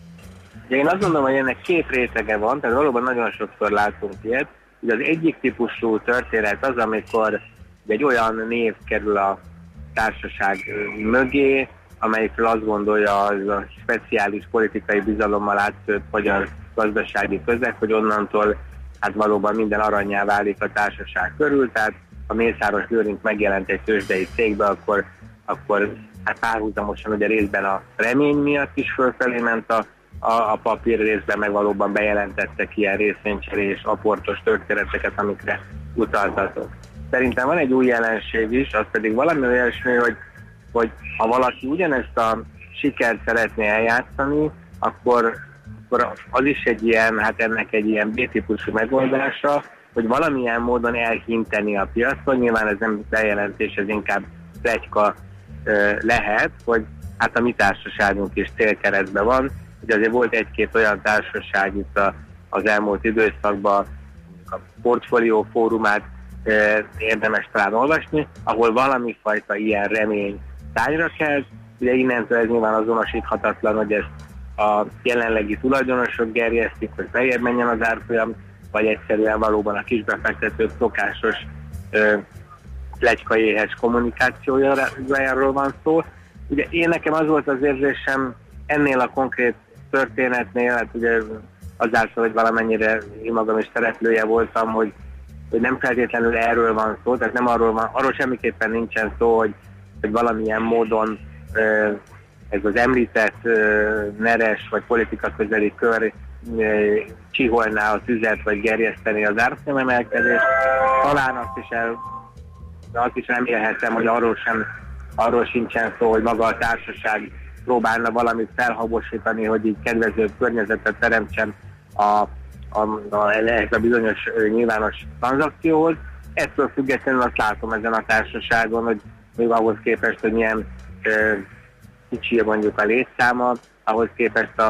Én azt gondolom, hogy ennek két rétege van, tehát valóban nagyon sokszor látunk ilyet. Ugye az egyik típusú történet az, amikor egy olyan név kerül a társaság mögé, amelyikről azt gondolja az a speciális politikai bizalommal átszőtt magyar gazdasági közeg, hogy onnantól hát valóban minden arannyá válik a társaság körül, tehát ha Mészáros Lőrinc megjelent egy tőzsdei cégbe, akkor hát párhuzamosan ugye részben a remény miatt is fölfelé ment a papír, részben meg valóban bejelentettek ilyen részvénycserés, aportos történeteket, amikre utaltatok. Szerintem van egy új jelenség is, az pedig valami olyasmi, hogy ha valaki ugyanezt a sikert szeretné eljátszani, akkor az is egy ilyen, hát ennek egy ilyen B-típusú megoldása, hogy valamilyen módon elhinteni a piacon, nyilván ez nem bejelentés, ez inkább pletyka lehet, hogy hát a mi társaságunk is célkeresztben van, ugye azért volt egy-két olyan társaság itt az elmúlt időszakban, a Portfólió Fórumát érdemes talán olvasni, ahol valami fajta ilyen remény tányra kell, ugye innentől ez nyilván azonosíthatatlan, hogy ezt a jelenlegi tulajdonosok gerjesztik, hogy beljebb menjen az árfolyam, vagy egyszerűen valóban a kisbefektetők szokásos pletykaéhes kommunikációjáról van szó. Ugye én nekem az volt az érzésem ennél a konkrét történetnél, hát ugye azáltal, hogy valamennyire én magam is szereplője voltam, hogy nem feltétlenül erről van szó, tehát nem arról semmiképpen nincsen szó, hogy valamilyen módon ez az említett neres vagy politika közeli kör csiholná a tüzet, vagy gerjeszteni az árfolyam emelkedést. Talán azt is remélhetem, hogy arról sincsen szó, hogy maga a társaság próbálna valamit felhabosítani, hogy így kedvező környezetet teremtsen ehhez a bizonyos nyilvános tranzakcióhoz. Ettől függetlenül azt látom ezen a társaságon, hogy még ahhoz képest, hogy milyen kicsi mondjuk a létszáma, ahhoz képest a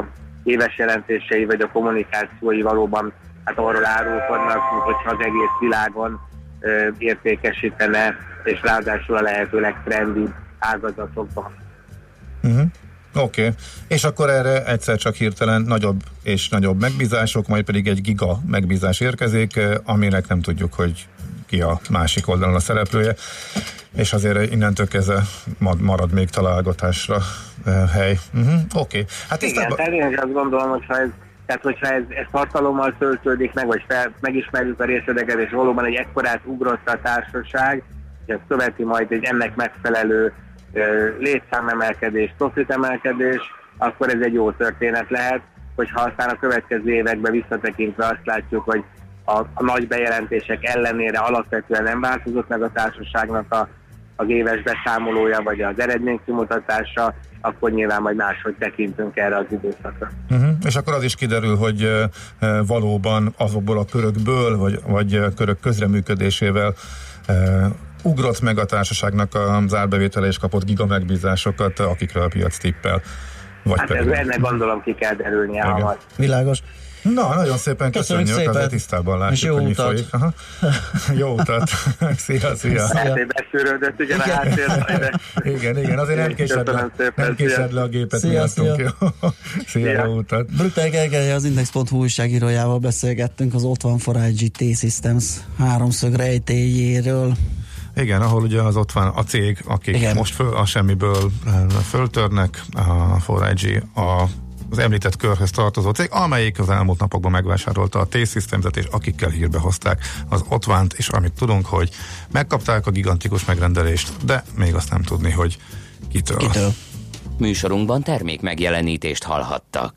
éves jelentései vagy a kommunikációi valóban hát arról árulkodnak, hogyha az egész világon értékesítene, és ráadásul a lehető legtrendibb ágazatokban. Oké. És akkor erre egyszer csak hirtelen nagyobb és nagyobb megbízások, majd pedig egy giga megbízás érkezik, aminek nem tudjuk, hogy ki a másik oldalon a szereplője, és azért innentől kezdve marad még találgatásra hely. Oké. Hát igen, én azt gondolom, hogyha ez tartalommal töltődik meg, vagy megismerjük a részleteket, és valóban egy ekkorát ugrott a társaság, és ez követi majd egy ennek megfelelő létszámemelkedés, profitemelkedés, akkor ez egy jó történet lehet, hogyha aztán a következő években visszatekintve azt látjuk, hogy a nagy bejelentések ellenére alapvetően nem változott meg a társaságnak az éves beszámolója, vagy az eredménykimutatása, akkor nyilván majd máshogy tekintünk erre az időszakra. És akkor az is kiderül, hogy valóban azokból a körökből, vagy körök közreműködésével ugrott meg a társaságnak az árbevétele és kapott giga megbízásokat, akikre a piac tippel. Vagy hát ennek gondolom ki kell derülni hamar. Világos. Na, nagyon szépen köszönjük, azért tisztában látjuk, hogy mi folyik. Jó utat! Szia! Beszűrődött ugyan a háttérben. Igen, azért nem késed le a gépet miattunk. Szia, jó utat! Brügger Gergely, az Index.hu újságírójával beszélgettünk az ott van for IG T-Systems háromszög rejtélyéről. Igen, ahol ugye ott van a cég, akik most a semmiből föltörnek, a 4IG, az említett körhöz tartozó cég, amelyik az elmúlt napokban megvásárolta a T-Systems-et, és akikkel hírbe hozták az Otvánt, és amit tudunk, hogy megkapták a gigantikus megrendelést, de még azt nem tudni, hogy kitől. Műsorunkban termék megjelenítést hallhattak.